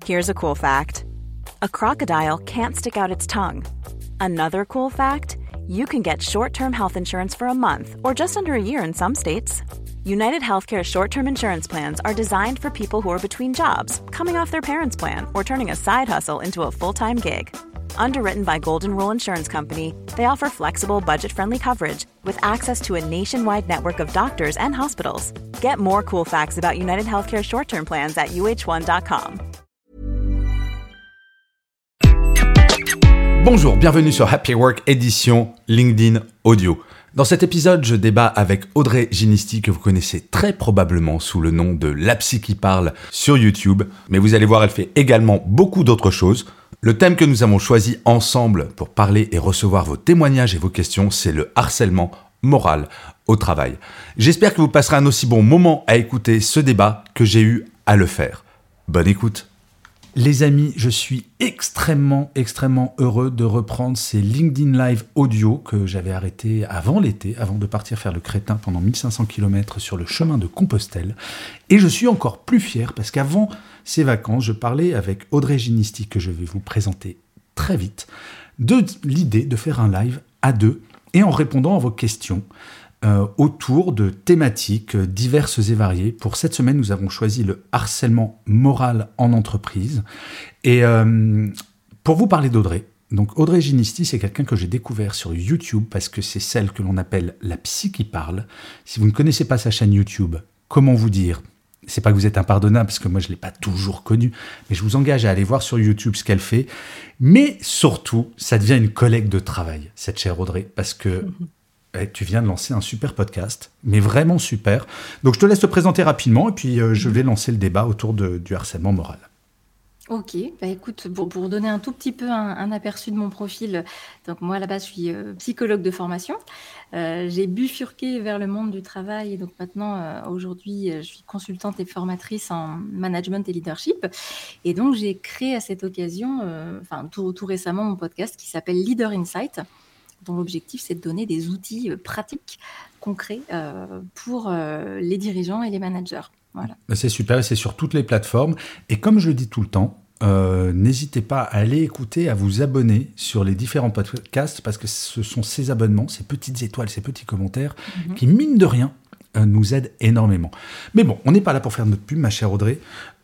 Here's a cool fact. A crocodile can't stick out its tongue. Another cool fact, you can get short-term health insurance for a month or just under a year in some states. United Healthcare short-term insurance plans are designed for people who are between jobs, coming off their parents' plan, or turning a side hustle into a full-time gig. Underwritten by Golden Rule Insurance Company, they offer flexible, budget-friendly coverage with access to a nationwide network of doctors and hospitals. Get more cool facts about United Healthcare short-term plans at uh1.com. Bonjour, bienvenue sur Happy Work édition LinkedIn Audio. Dans cet épisode, je débat avec Audrey Ginisti, que vous connaissez très probablement sous le nom de La Psy qui parle sur YouTube. Mais vous allez voir, elle fait également beaucoup d'autres choses. Le thème que nous avons choisi ensemble pour parler et recevoir vos témoignages et vos questions, c'est le harcèlement moral au travail. J'espère que vous passerez un aussi bon moment à écouter ce débat que j'ai eu à le faire. Bonne écoute. Les amis, je suis extrêmement heureux de reprendre ces LinkedIn Live audio que j'avais arrêtés avant l'été, avant de partir faire le crétin pendant 1500 km sur le chemin de Compostelle. Et je suis encore plus fier parce qu'avant ces vacances, je parlais avec Audrey Ginisti, que je vais vous présenter très vite, de l'idée de faire un live à deux et en répondant à vos questions autour de thématiques diverses et variées. Pour cette semaine, nous avons choisi le harcèlement moral en entreprise. Et pour vous parler d'Audrey, donc Audrey Ginisti, c'est quelqu'un que j'ai découvert sur YouTube parce que c'est celle que l'on appelle la psy qui parle. Si vous ne connaissez pas sa chaîne YouTube, comment vous dire ? C'est pas que vous êtes impardonnable, parce que moi je l'ai pas toujours connue, mais je vous engage à aller voir sur YouTube ce qu'elle fait. Mais surtout, ça devient une collègue de travail, cette chère Audrey, parce que tu viens de lancer un super podcast, mais vraiment super. Donc je te laisse te présenter rapidement, et puis je vais lancer le débat autour du harcèlement moral. Ok, bah écoute, pour donner un tout petit peu un aperçu de mon profil, donc moi à la base je suis psychologue de formation. J'ai bifurqué vers le monde du travail et donc maintenant aujourd'hui je suis consultante et formatrice en management et leadership. Et donc j'ai créé à cette occasion, tout récemment, mon podcast qui s'appelle Leader Insight, dont l'objectif c'est de donner des outils pratiques, concrets pour les dirigeants et les managers. Voilà. C'est super, et c'est sur toutes les plateformes. Et comme je le dis tout le temps, n'hésitez pas à aller écouter, à vous abonner sur les différents podcasts, parce que ce sont ces abonnements, ces petites étoiles, ces petits commentaires, qui, mine de rien, nous aident énormément. Mais bon, on n'est pas là pour faire notre pub, ma chère Audrey.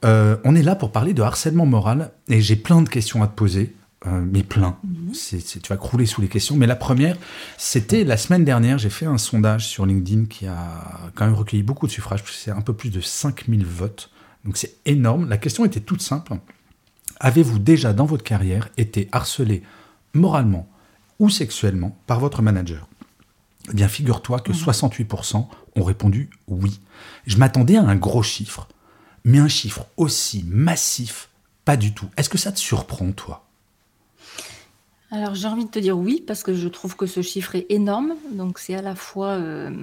On est là pour parler de harcèlement moral, et j'ai plein de questions à te poser. Mais plein. Tu vas crouler sous les questions. Mais la première, c'était la semaine dernière, j'ai fait un sondage sur LinkedIn qui a quand même recueilli beaucoup de suffrages, parce que c'est un peu plus de 5000 votes. Donc c'est énorme. La question était toute simple. Avez-vous déjà dans votre carrière été harcelé moralement ou sexuellement par votre manager ? Eh bien, figure-toi que 68% ont répondu oui. Je m'attendais à un gros chiffre, mais un chiffre aussi massif, pas du tout. Est-ce que ça te surprend, toi ? Alors j'ai envie de te dire oui, parce que je trouve que ce chiffre est énorme. Donc c'est à la fois,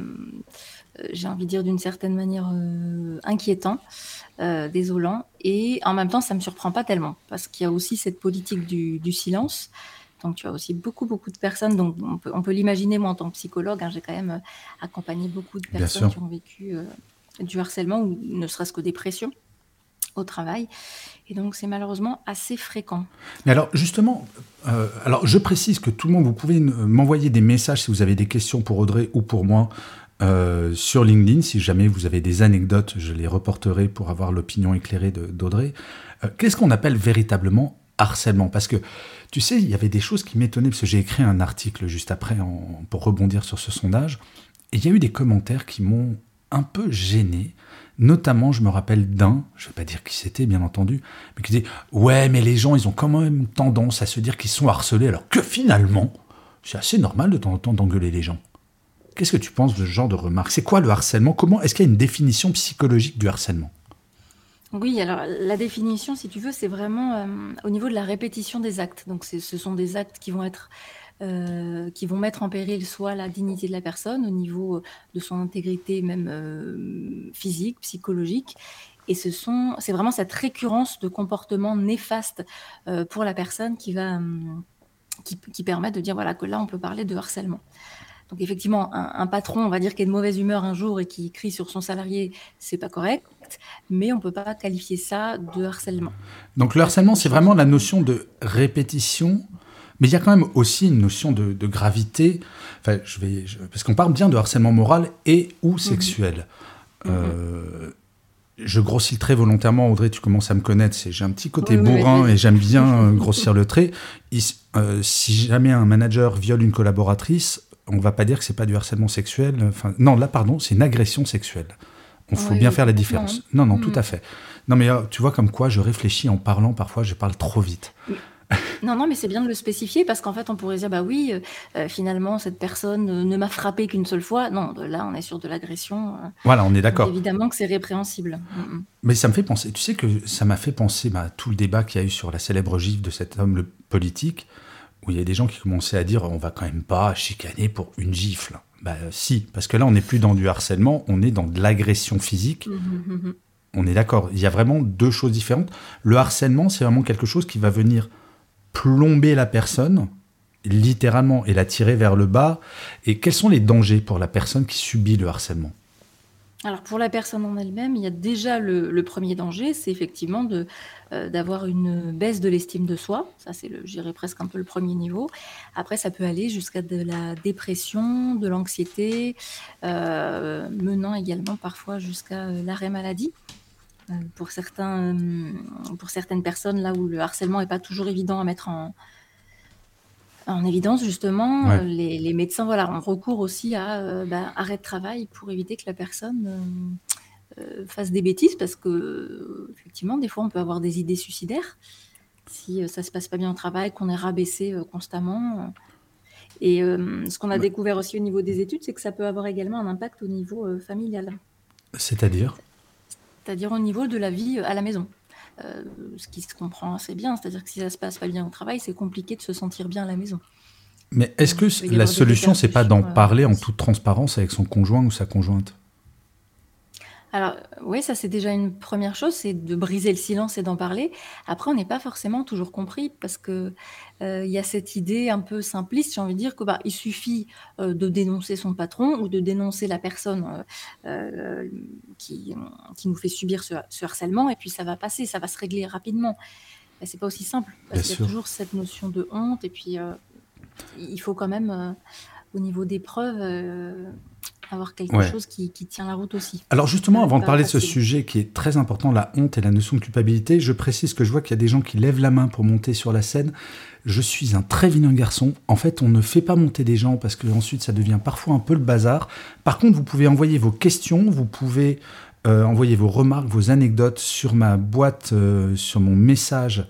j'ai envie de dire d'une certaine manière, inquiétant, désolant, et en même temps ça me surprend pas tellement, parce qu'il y a aussi cette politique du silence. Donc tu as aussi beaucoup de personnes, donc on peut l'imaginer, moi en tant que psychologue, j'ai quand même accompagné beaucoup de personnes qui ont vécu du harcèlement ou ne serait-ce que des pressions au travail. Et donc, c'est malheureusement assez fréquent. Mais alors, justement, je précise que tout le monde, vous pouvez m'envoyer des messages si vous avez des questions pour Audrey ou pour moi sur LinkedIn. Si jamais vous avez des anecdotes, je les reporterai pour avoir l'opinion éclairée d'Audrey. Qu'est-ce qu'on appelle véritablement harcèlement ? Parce que, tu sais, il y avait des choses qui m'étonnaient, parce que j'ai écrit un article juste après pour rebondir sur ce sondage, et il y a eu des commentaires qui m'ont un peu gêné. Notamment, je me rappelle d'un, je ne vais pas dire qui c'était, bien entendu, mais qui disait « Ouais, mais les gens, ils ont quand même tendance à se dire qu'ils sont harcelés, alors que finalement, c'est assez normal de temps en temps d'engueuler les gens. » Qu'est-ce que tu penses de ce genre de remarques ? C'est quoi le harcèlement ? Est-ce qu'il y a une définition psychologique du harcèlement ? Oui, alors la définition, si tu veux, c'est vraiment au niveau de la répétition des actes. Donc, ce sont des actes qui vont mettre en péril soit la dignité de la personne au niveau de son intégrité même physique, psychologique. Et c'est vraiment cette récurrence de comportements néfastes pour la personne qui permet de dire voilà, que là, on peut parler de harcèlement. Donc effectivement, un patron, on va dire, qui est de mauvaise humeur un jour et qui crie sur son salarié, c'est pas correct, mais on peut pas qualifier ça de harcèlement. Donc le Ça, c'est harcèlement, quelque c'est chose. vraiment la notion de répétition, mais il y a quand même aussi une notion de gravité. Enfin, parce qu'on parle bien de harcèlement moral et ou sexuel. Euh, je grossis le trait volontairement, Audrey, tu commences à me connaître. J'ai un petit côté Oui, oui, bourrin vas-y. et j'aime bien grossir le trait. Si jamais un manager viole une collaboratrice, on va pas dire que c'est pas du harcèlement sexuel. Enfin, non, là, pardon, c'est une agression sexuelle. Il faut Oui, bien oui, faire la complètement, différence. hein. Non, tout à fait. Non, mais tu vois comme quoi je réfléchis en parlant, parfois je parle trop vite. Non, mais c'est bien de le spécifier parce qu'en fait, on pourrait dire, bah oui, finalement, cette personne ne m'a frappé qu'une seule fois. Non, là, on est sur de l'agression. Voilà, on est Donc d'accord. évidemment que c'est répréhensible. Mais ça me fait penser, tu sais que ça m'a fait penser à tout le débat qu'il y a eu sur la célèbre gifle de cet homme le politique, où il y a des gens qui commençaient à dire on va quand même pas chicaner pour une gifle. Si, parce que là on n'est plus dans du harcèlement, on est dans de l'agression physique. On est d'accord, il y a vraiment deux choses différentes. Le harcèlement, c'est vraiment quelque chose qui va venir plomber la personne, littéralement, et la tirer vers le bas. Et quels sont les dangers pour la personne qui subit le harcèlement ? Alors pour la personne en elle-même, il y a déjà le premier danger, c'est effectivement d'avoir une baisse de l'estime de soi. Ça, c'est, je dirais, presque un peu le premier niveau. Après, ça peut aller jusqu'à de la dépression, de l'anxiété, menant également parfois jusqu'à l'arrêt maladie. Pour certaines personnes, là où le harcèlement n'est pas toujours évident à mettre en évidence, justement, Ouais. les médecins ont recours aussi à arrêt de travail pour éviter que la personne fasse des bêtises, parce que effectivement, des fois, on peut avoir des idées suicidaires si ça se passe pas bien au travail, qu'on est rabaissé constamment. Et ce qu'on a découvert aussi au niveau des études, c'est que ça peut avoir également un impact au niveau familial, C'est-à-dire ? c'est-à-dire au niveau de la vie à la maison. Ce qui se comprend assez bien, c'est-à-dire que si ça se passe pas bien au travail, c'est compliqué de se sentir bien à la maison. Mais est-ce Donc, il que peut y la avoir des solution, c'est pas d'en répercussions parler en là-dessus. toute transparence avec son conjoint ou sa conjointe ? Alors, oui, ça c'est déjà une première chose, c'est de briser le silence et d'en parler. Après, on n'est pas forcément toujours compris parce que il y a cette idée un peu simpliste, j'ai envie de dire que il suffit de dénoncer son patron ou de dénoncer la personne qui nous fait subir ce harcèlement, et puis ça va passer, ça va se régler rapidement. C'est pas aussi simple parce Bien qu'il y a sûr. toujours cette notion de honte, et puis il faut quand même, au niveau des preuves, avoir quelque Ouais. chose qui tient la route aussi. Alors justement, avant de Pas parler de ce facile. sujet qui est très important, la honte et la notion de culpabilité, je précise que je vois qu'il y a des gens qui lèvent la main pour monter sur la scène. Je suis un très vilain garçon. En fait, on ne fait pas monter des gens parce que ensuite ça devient parfois un peu le bazar. Par contre, vous pouvez envoyer vos questions, vous pouvez envoyer vos remarques, vos anecdotes sur ma boîte, sur mon message.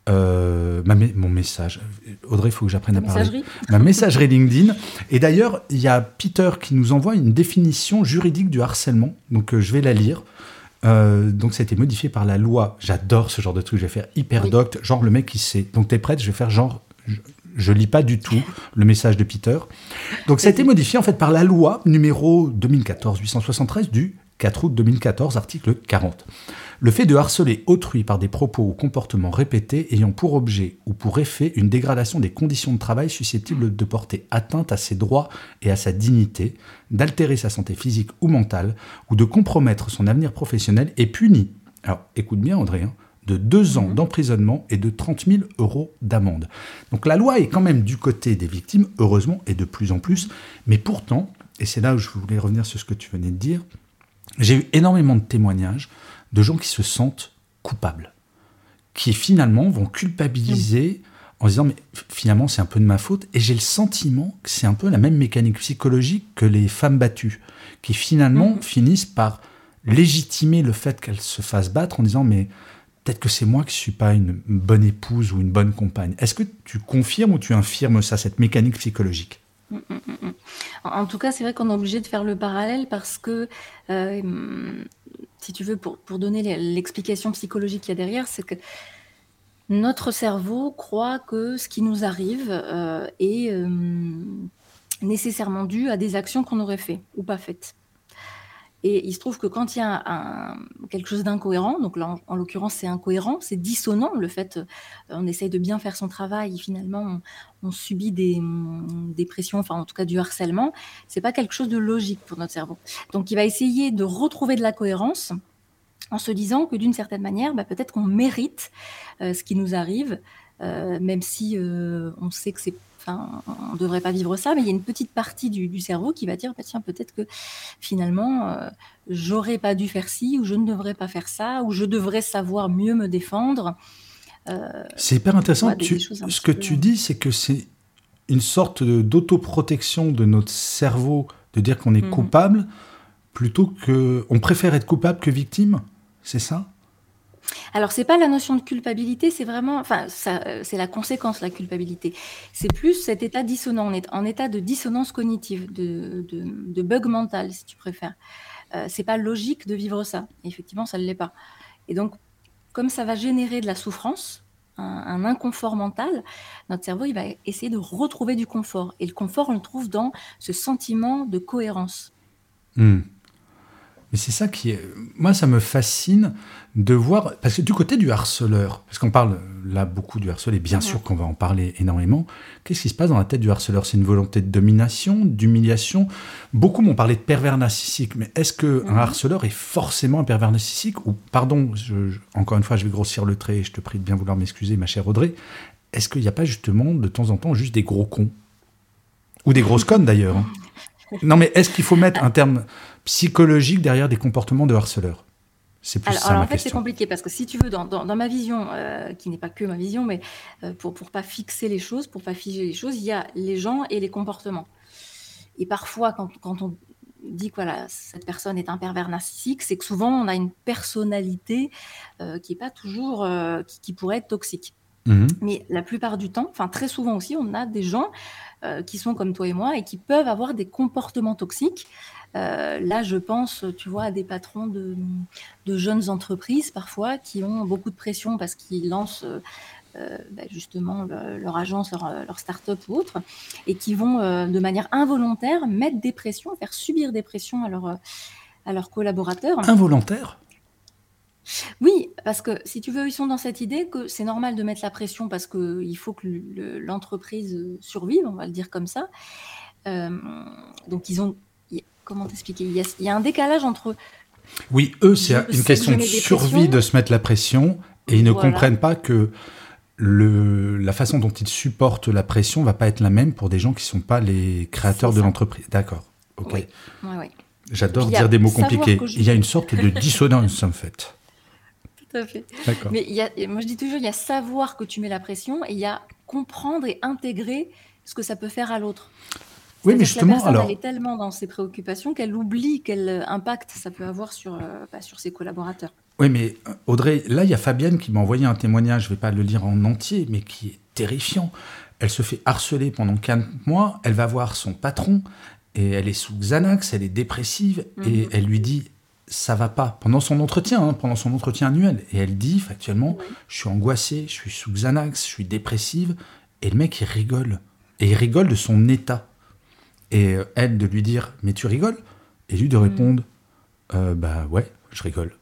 Mon message. Audrey, il faut que j'apprenne Ta à parler. messagerie. Ma messagerie LinkedIn. Et d'ailleurs, il y a Peter qui nous envoie une définition juridique du harcèlement. Donc, je vais la lire. Donc, ça a été modifié par la loi. J'adore ce genre de truc. Je vais faire hyper Oui. doct, genre le mec qui sait. Donc, t'es prête? Je vais faire genre. Je lis pas du tout le message de Peter. Donc, ça a été modifié en fait par la loi numéro 2014-873 du 4 août 2014, article 40. Le fait de harceler autrui par des propos ou comportements répétés ayant pour objet ou pour effet une dégradation des conditions de travail susceptible de porter atteinte à ses droits et à sa dignité, d'altérer sa santé physique ou mentale, ou de compromettre son avenir professionnel est puni. Alors, écoute bien Audrey, de 2 ans d'emprisonnement et de 30 000 € d'amende. Donc la loi est quand même du côté des victimes, heureusement, et de plus en plus, mais pourtant, et c'est là où je voulais revenir sur ce que tu venais de dire, j'ai eu énormément de témoignages de gens qui se sentent coupables, qui finalement vont culpabiliser en se disant mais finalement c'est un peu de ma faute, et j'ai le sentiment que c'est un peu la même mécanique psychologique que les femmes battues, qui finalement finissent par légitimer le fait qu'elles se fassent battre en disant mais peut-être que c'est moi qui ne suis pas une bonne épouse ou une bonne compagne. Est-ce que tu confirmes ou tu infirmes ça, cette mécanique psychologique ? En tout cas, c'est vrai qu'on est obligé de faire le parallèle parce que, si tu veux, pour donner l'explication psychologique qu'il y a derrière, c'est que notre cerveau croit que ce qui nous arrive est nécessairement dû à des actions qu'on aurait faites ou pas faites. Et il se trouve que quand il y a quelque chose d'incohérent, donc là, en l'occurrence, c'est incohérent, c'est dissonant, le fait, on essaye de bien faire son travail et finalement, on subit des pressions, enfin, en tout cas, du harcèlement. C'est pas quelque chose de logique pour notre cerveau. Donc, il va essayer de retrouver de la cohérence en se disant que d'une certaine manière, peut-être qu'on mérite ce qui nous arrive, même si on sait que on ne devrait pas vivre ça, mais il y a une petite partie du cerveau qui va dire tiens, peut-être que finalement, j'aurais pas dû faire ci, ou je ne devrais pas faire ça, ou je devrais savoir mieux me défendre. C'est hyper intéressant. Ce que tu dis, c'est que c'est une sorte d'autoprotection de notre cerveau, de dire qu'on est coupable, plutôt que. On préfère être coupable que victime, c'est ça ? Alors, c'est pas la notion de culpabilité, c'est vraiment, c'est la conséquence, la culpabilité. C'est plus cet état dissonant, on est en état de dissonance cognitive, de bug mental, si tu préfères. C'est pas logique de vivre ça. Et effectivement, ça ne l'est pas. Et donc, comme ça va générer de la souffrance, un inconfort mental, notre cerveau, il va essayer de retrouver du confort. Et le confort, on le trouve dans ce sentiment de cohérence. Mais c'est ça qui est... Moi, ça me fascine de voir... Parce que du côté du harceleur, parce qu'on parle là beaucoup du harceleur, et bien sûr qu'on va en parler énormément, qu'est-ce qui se passe dans la tête du harceleur ? C'est une volonté de domination, d'humiliation. Beaucoup m'ont parlé de pervers narcissique, mais est-ce qu'un harceleur est forcément un pervers narcissique ? Ou, pardon, encore une fois, je vais grossir le trait, et je te prie de bien vouloir m'excuser, ma chère Audrey, est-ce qu'il n'y a pas justement, de temps en temps, juste des gros cons ? Ou des grosses connes, d'ailleurs, hein. Non, mais est-ce qu'il faut mettre un terme psychologique derrière des comportements de harceleurs ? C'est plus ça ma question. En fait, c'est compliqué parce que si tu veux, dans ma vision, qui n'est pas que ma vision, mais pour pas fixer les choses, pour pas figer les choses, il y a les gens et les comportements. Et parfois, quand on dit que voilà, cette personne est un pervers narcissique, c'est que souvent on a une personnalité qui est pas toujours, qui pourrait être toxique. Mais la plupart du temps, enfin très souvent aussi, on a des gens qui sont comme toi et moi et qui peuvent avoir des comportements toxiques. Là, je pense, tu vois, à des patrons de jeunes entreprises parfois qui ont beaucoup de pression parce qu'ils lancent justement leur agence, leur start-up ou autre, et qui vont de manière involontaire mettre des pressions, faire subir des pressions à leurs collaborateurs. Involontaire ? Oui, parce que si tu veux, ils sont dans cette idée que c'est normal de mettre la pression parce qu'il faut que l'entreprise survive, on va le dire comme ça. Donc ils ont... Comment t'expliquer ? Il y a un décalage entre... Oui, eux, c'est une question de survie de se mettre la pression, et ils ne comprennent pas que la façon dont ils supportent la pression ne va pas être la même pour des gens qui ne sont pas les créateurs de l'entreprise. D'accord, ok. Oui. J'adore dire des mots compliqués. Il y a une sorte de dissonance, en fait. Tout à fait. D'accord. Mais moi, je dis toujours, il y a savoir que tu mets la pression et il y a comprendre et intégrer ce que ça peut faire à l'autre. Oui, mais justement, la personne, elle est tellement dans ses préoccupations qu'elle oublie quel impact ça peut avoir sur ses collaborateurs. Oui, mais Audrey, là, il y a Fabienne qui m'a envoyé un témoignage, je ne vais pas le lire en entier, mais qui est terrifiant. Elle se fait harceler pendant 4 mois, elle va voir son patron, et elle est sous Xanax, elle est dépressive, et elle lui dit... ça va pas, pendant son entretien annuel. Et elle dit, factuellement, je suis angoissée, je suis sous Xanax, je suis dépressive. Et le mec, il rigole. Et il rigole de son état. Et elle, de lui dire, mais tu rigoles ? Et lui de répondre, bah ouais, je rigole.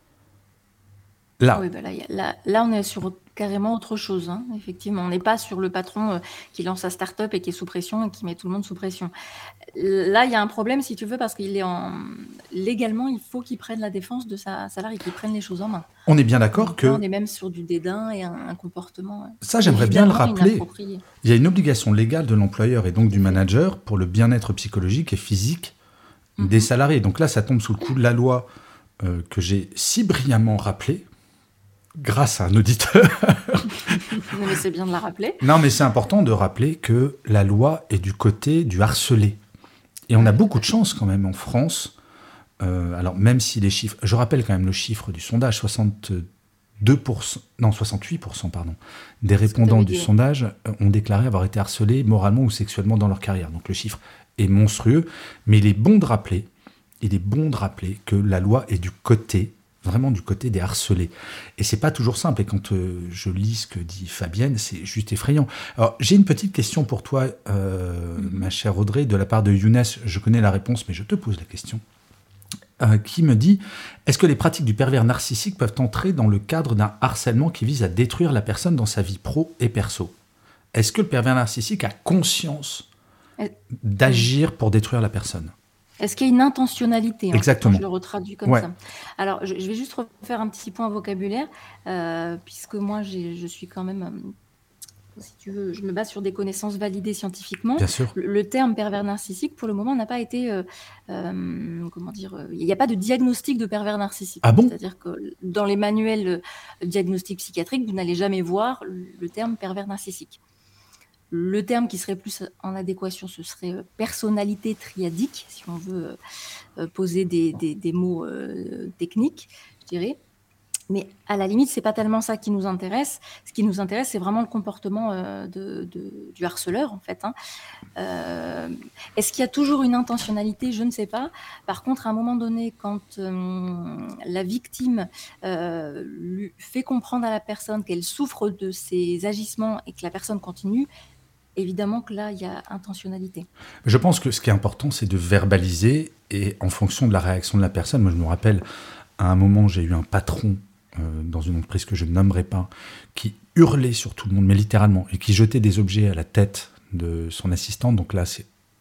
Là. Oui, là, on est sur carrément autre chose, hein, effectivement. On n'est pas sur le patron qui lance sa start-up et qui est sous pression et qui met tout le monde sous pression. Là, il y a un problème, si tu veux, parce qu'il est légalement, il faut qu'il prenne la défense de sa salariée, qu'il prenne les choses en main. On est bien d'accord. Donc, là, on est même sur du dédain et un comportement. Ça, j'aimerais bien le rappeler. Il y a une obligation légale de l'employeur et donc du manager pour le bien-être psychologique et physique des salariés. Donc là, ça tombe sous le coup de la loi que j'ai si brillamment rappelée, grâce à un auditeur. Mais c'est bien de la rappeler. Non, mais c'est important de rappeler que la loi est du côté du harcelé. Et on a beaucoup de chance quand même en France. Alors même si les chiffres... Je rappelle quand même le chiffre du sondage, 68% des répondants du sondage ont déclaré avoir été harcelés moralement ou sexuellement dans leur carrière. Donc le chiffre est monstrueux. Mais il est bon de rappeler que la loi est du côté... vraiment du côté des harcelés. Et c'est pas toujours simple. Et quand je lis ce que dit Fabienne, c'est juste effrayant. Alors, j'ai une petite question pour toi, ma chère Audrey, de la part de Younes. Je connais la réponse, mais je te pose la question. qui me dit « Est-ce que les pratiques du pervers narcissique peuvent entrer dans le cadre d'un harcèlement qui vise à détruire la personne dans sa vie pro et perso ?» Est-ce que le pervers narcissique a conscience d'agir pour détruire la personne ? Est-ce qu'il y a une intentionnalité ? Exactement. Je le retraduis comme ça. Alors, je vais juste refaire un petit point vocabulaire, puisque moi, je suis quand même, si tu veux, je me base sur des connaissances validées scientifiquement. Bien sûr. Le terme pervers narcissique, pour le moment, n'a pas été, comment dire, il n'y a pas de diagnostic de pervers narcissique. Ah bon ? C'est-à-dire que dans les manuels diagnostiques psychiatriques, vous n'allez jamais voir le terme pervers narcissique. Le terme qui serait plus en adéquation, ce serait personnalité triadique, si on veut poser des mots techniques, je dirais. Mais à la limite, c'est pas tellement ça qui nous intéresse. Ce qui nous intéresse, c'est vraiment le comportement du harceleur, en fait. Est-ce qu'il y a toujours une intentionnalité ? Je ne sais pas. Par contre, à un moment donné, quand la victime lui fait comprendre à la personne qu'elle souffre de ses agissements et que la personne continue, évidemment que là, il y a intentionnalité. Je pense que ce qui est important, c'est de verbaliser et en fonction de la réaction de la personne. Moi, je me rappelle, à un moment, j'ai eu un patron dans une entreprise que je ne nommerai pas, qui hurlait sur tout le monde, mais littéralement, et qui jetait des objets à la tête de son assistante. Donc là,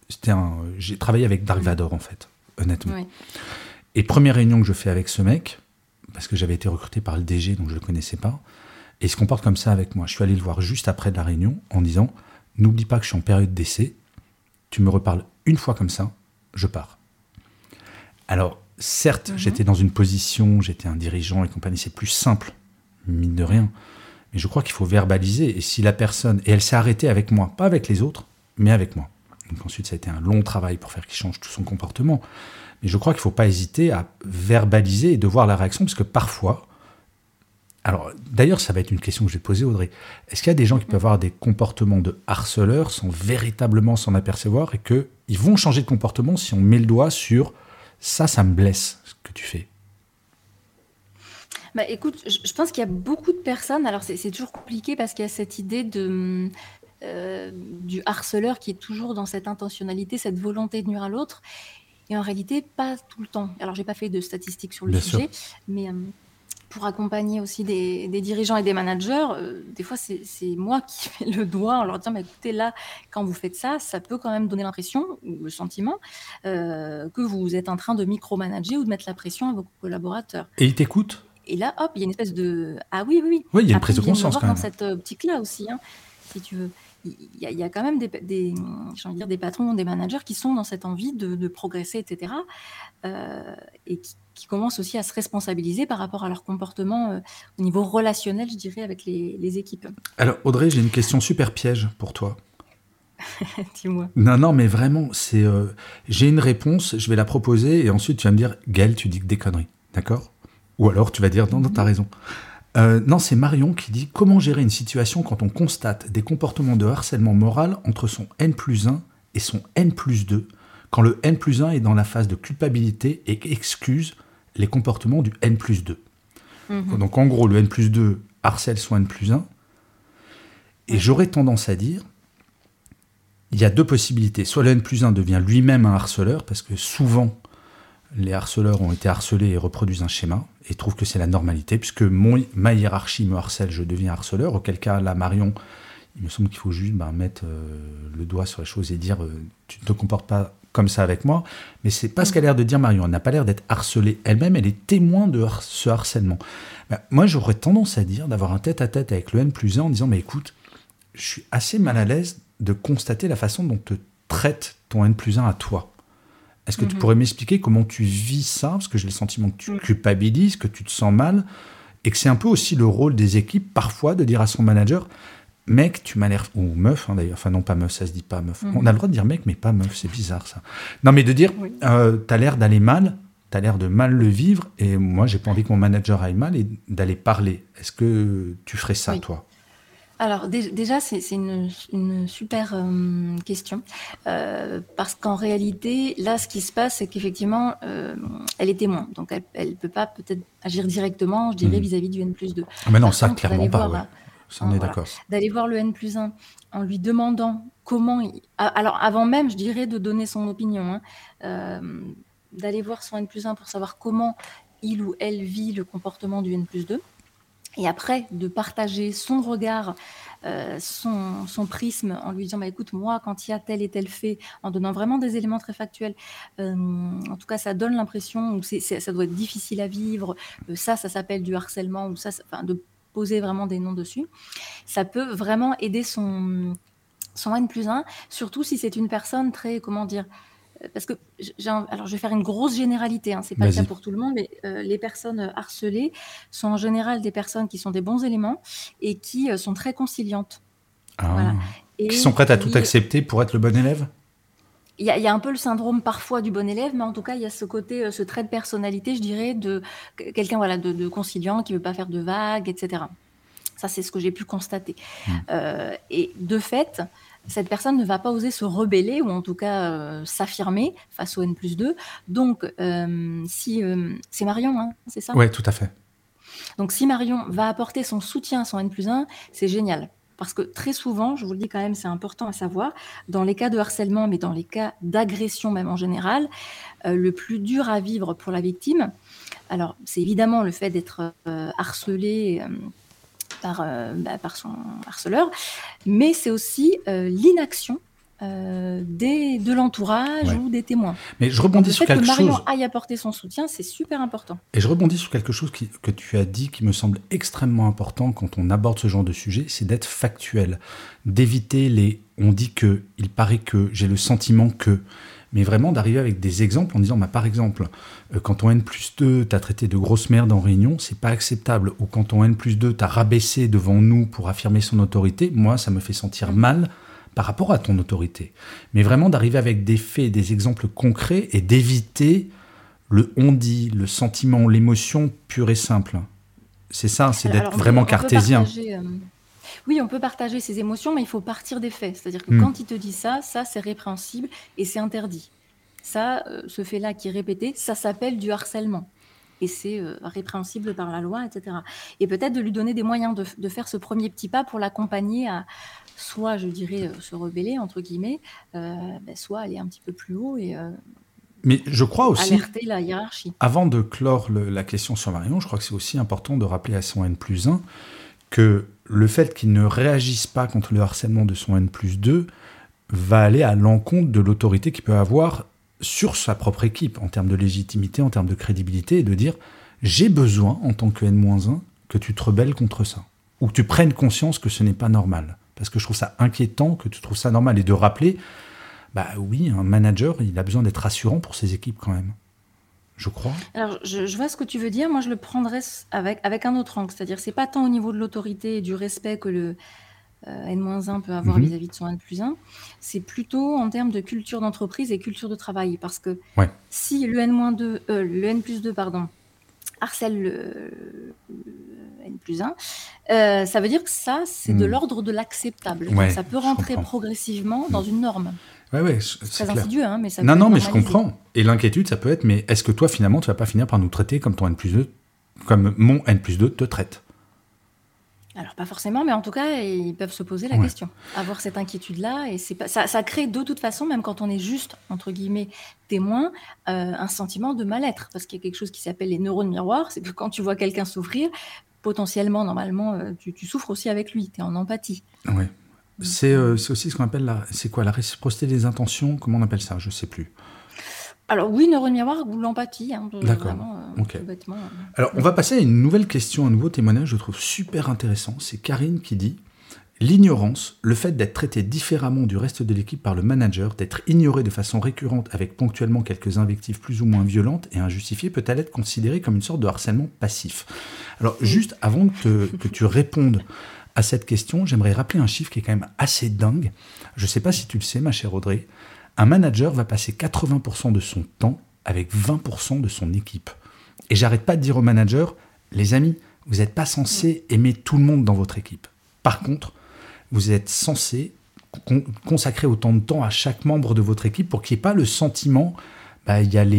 j'ai travaillé avec Dark Vador, en fait, honnêtement. Oui. Et première réunion que je fais avec ce mec, parce que j'avais été recruté par le DG, donc je ne le connaissais pas, et il se comporte comme ça avec moi. Je suis allé le voir juste après de la réunion en disant « N'oublie pas que je suis en période d'essai, tu me reparles une fois comme ça, je pars. » Alors, certes, j'étais dans une position, j'étais un dirigeant et compagnie, c'est plus simple, mine de rien. Mais je crois qu'il faut verbaliser. Et si la personne... Et elle s'est arrêtée avec moi, pas avec les autres, mais avec moi. Donc ensuite, ça a été un long travail pour faire qu'il change tout son comportement. Mais je crois qu'il ne faut pas hésiter à verbaliser et de voir la réaction, parce que parfois... Alors, d'ailleurs, ça va être une question que je vais te poser, Audrey. Est-ce qu'il y a des gens qui peuvent avoir des comportements de harceleurs sans véritablement s'en apercevoir et qu'ils vont changer de comportement si on met le doigt sur... Ça me blesse, ce que tu fais. Bah, écoute, je pense qu'il y a beaucoup de personnes, alors c'est toujours compliqué parce qu'il y a cette idée du harceleur qui est toujours dans cette intentionnalité, cette volonté de nuire à l'autre, et en réalité, pas tout le temps. Alors, j'ai pas fait de statistiques sur le sujet, mais pour accompagner aussi des dirigeants et des managers, des fois, c'est moi qui mets le doigt en leur disant « écoutez, là, quand vous faites ça, ça peut quand même donner l'impression, ou le sentiment, que vous êtes en train de micromanager ou de mettre la pression à vos collaborateurs. » Et ils t'écoutent ? Et là, hop, il y a une espèce de... Ah oui. Oui, il y a une prise de conscience quand même. Dans cette optique-là aussi, si tu veux. Il y a quand même j'ai envie de dire, des patrons, des managers qui sont dans cette envie de progresser, etc. Et qui commencent aussi à se responsabiliser par rapport à leur comportement au niveau relationnel, je dirais, avec les équipes. Alors, Audrey, j'ai une question super piège pour toi. Dis-moi. Non, mais vraiment, j'ai une réponse, je vais la proposer, et ensuite tu vas me dire, Gaël, tu dis que des conneries, d'accord ? Ou alors tu vas dire, non, t'as raison. Non, c'est Marion qui dit « Comment gérer une situation quand on constate des comportements de harcèlement moral entre son N+1 et son N+2, quand le N+1 est dans la phase de culpabilité et excuse les comportements du N+2 ?» Donc en gros, le N+2 harcèle son N+1, et j'aurais tendance à dire, il y a deux possibilités. Soit le N+1 devient lui-même un harceleur, parce que souvent, les harceleurs ont été harcelés et reproduisent un schéma, et trouvent que c'est la normalité, puisque ma hiérarchie me harcèle, je deviens harceleur, auquel cas, là, Marion, il me semble qu'il faut juste mettre le doigt sur les choses et dire tu ne te comportes pas comme ça avec moi, mais c'est pas ce qu'elle a l'air de dire Marion, elle n'a pas l'air d'être harcelée elle-même, elle est témoin de ce harcèlement. Moi, j'aurais tendance à dire, d'avoir un tête-à-tête avec le N+1 en disant, mais écoute, je suis assez mal à l'aise de constater la façon dont te traite ton N+1 à toi. Est-ce que tu pourrais m'expliquer comment tu vis ça ? Parce que j'ai le sentiment que tu culpabilises, que tu te sens mal, et que c'est un peu aussi le rôle des équipes, parfois, de dire à son manager « Mec, tu m'as l'air... » Ou meuf, d'ailleurs. Enfin, non, pas meuf, ça se dit pas meuf. On a le droit de dire mec, mais pas meuf, c'est bizarre, ça. Non, mais de dire t'as l'air d'aller mal, t'as l'air de mal le vivre, et moi, j'ai pas envie que mon manager aille mal, et d'aller parler. Est-ce que tu ferais ça, toi ? Alors déjà, c'est une super question, parce qu'en réalité, là, ce qui se passe, c'est qu'effectivement, elle est témoin, donc elle peut pas peut-être agir directement, je dirais, vis-à-vis du N+2. Ah mais non, ça, clairement pas, ouais. Ça, on est d'accord. D'aller voir le N+1 en lui demandant comment... Alors, avant même, je dirais, de donner son opinion, d'aller voir son N+1 pour savoir comment il ou elle vit le comportement du N+2. Et après, de partager son regard, son prisme, en lui disant écoute, moi, quand il y a tel et tel fait, en donnant vraiment des éléments très factuels, en tout cas, ça donne l'impression, ou ça doit être difficile à vivre, ça s'appelle du harcèlement, ou de poser vraiment des noms dessus. Ça peut vraiment aider son N+1, surtout si c'est une personne très, comment dire, parce que alors je vais faire une grosse généralité, c'est pas le cas pour tout le monde, mais les personnes harcelées sont en général des personnes qui sont des bons éléments et qui sont très conciliantes. Voilà. Et qui sont prêtes à tout accepter pour être le bon élève. Il y a un peu le syndrome parfois du bon élève, mais en tout cas il y a ce côté, ce trait de personnalité, je dirais, de quelqu'un de conciliant qui veut pas faire de vagues, etc. Ça, c'est ce que j'ai pu constater. Et de fait, cette personne ne va pas oser se rebeller ou en tout cas s'affirmer face au N+2. Donc, si c'est Marion, c'est ça ? Oui, tout à fait. Donc, si Marion va apporter son soutien à son N+1, c'est génial. Parce que très souvent, je vous le dis quand même, c'est important à savoir, dans les cas de harcèlement, mais dans les cas d'agression même en général, le plus dur à vivre pour la victime, alors c'est évidemment le fait d'être harcelé par son harceleur, mais c'est aussi l'inaction de l'entourage ou des témoins. Mais je rebondis sur quelque chose. Que Marion aille apporter son soutien, c'est super important. Et je rebondis sur quelque chose que tu as dit qui me semble extrêmement important quand on aborde ce genre de sujet, c'est d'être factuel, d'éviter les « on dit que »,« il paraît que »,« j'ai le sentiment que », mais vraiment d'arriver avec des exemples en disant, par exemple, quand ton N+2 t'a traité de grosse merde en réunion, c'est pas acceptable. Ou quand ton N+2 t'a rabaissé devant nous pour affirmer son autorité, moi, ça me fait sentir mal par rapport à ton autorité. Mais vraiment d'arriver avec des faits, des exemples concrets et d'éviter le on-dit, le sentiment, l'émotion pure et simple. C'est ça, c'est d'être vraiment cartésien. Oui, on peut partager ses émotions, mais il faut partir des faits. C'est-à-dire que quand il te dit ça, c'est répréhensible et c'est interdit. Ça, ce fait-là qui est répété, ça s'appelle du harcèlement. Et c'est répréhensible par la loi, etc. Et peut-être de lui donner des moyens de faire ce premier petit pas pour l'accompagner à soit, je dirais, se rebeller, entre guillemets, soit aller un petit peu plus haut et mais je crois aussi, alerter la hiérarchie. Avant de clore la question sur Marion, je crois que c'est aussi important de rappeler à son N+1 que le fait qu'il ne réagisse pas contre le harcèlement de son N+2 va aller à l'encontre de l'autorité qu'il peut avoir sur sa propre équipe, en termes de légitimité, en termes de crédibilité, et de dire « j'ai besoin, en tant que N-1, que tu te rebelles contre ça », ou que tu prennes conscience que ce n'est pas normal. Parce que je trouve ça inquiétant que tu trouves ça normal, et de rappeler, oui, un manager, il a besoin d'être rassurant pour ses équipes quand même. Je crois. Alors, je vois ce que tu veux dire. Moi, je le prendrais avec un autre angle. C'est-à-dire, c'est pas tant au niveau de l'autorité et du respect que le N-1 peut avoir vis-à-vis de son N+1. C'est plutôt en termes de culture d'entreprise et culture de travail. Parce que si le N+2, harcèle le N+1, ça veut dire que ça, c'est de l'ordre de l'acceptable. Ouais, ça peut rentrer progressivement dans une norme. Ouais, c'est très clair. Insidieux, mais ça Non, mais je comprends. Et l'inquiétude, ça peut être, mais est-ce que toi, finalement, tu vas pas finir par nous traiter comme ton N+2, comme mon N+2 te traite ? Alors, pas forcément, mais en tout cas, ils peuvent se poser la question. Avoir cette inquiétude-là, et c'est pas, ça crée de toute façon, même quand on est juste, entre guillemets, témoin, un sentiment de mal-être. Parce qu'il y a quelque chose qui s'appelle les neurones miroirs, c'est que quand tu vois quelqu'un souffrir, potentiellement, normalement, tu souffres aussi avec lui, tu es en empathie. Oui. C'est aussi ce qu'on appelle la réciprocité des intentions, comment on appelle ça ? Je ne sais plus. Alors oui, neurone miroir ou l'empathie. D'accord, ok. Alors on va passer à une nouvelle question, un nouveau témoignage, je trouve super intéressant. C'est Karine qui dit « L'ignorance, le fait d'être traité différemment du reste de l'équipe par le manager, d'être ignoré de façon récurrente avec ponctuellement quelques invectives plus ou moins violentes et injustifiées, peut-elle être considérée comme une sorte de harcèlement passif ?» Alors juste avant que tu répondes à cette question, j'aimerais rappeler un chiffre qui est quand même assez dingue. Je ne sais pas si tu le sais, ma chère Audrey. Un manager va passer 80% de son temps avec 20% de son équipe. Et j'arrête pas de dire aux managers, les amis, vous n'êtes pas censés aimer tout le monde dans votre équipe. Par contre, vous êtes censés consacrer autant de temps à chaque membre de votre équipe pour qu'il n'y ait pas le sentiment, il y a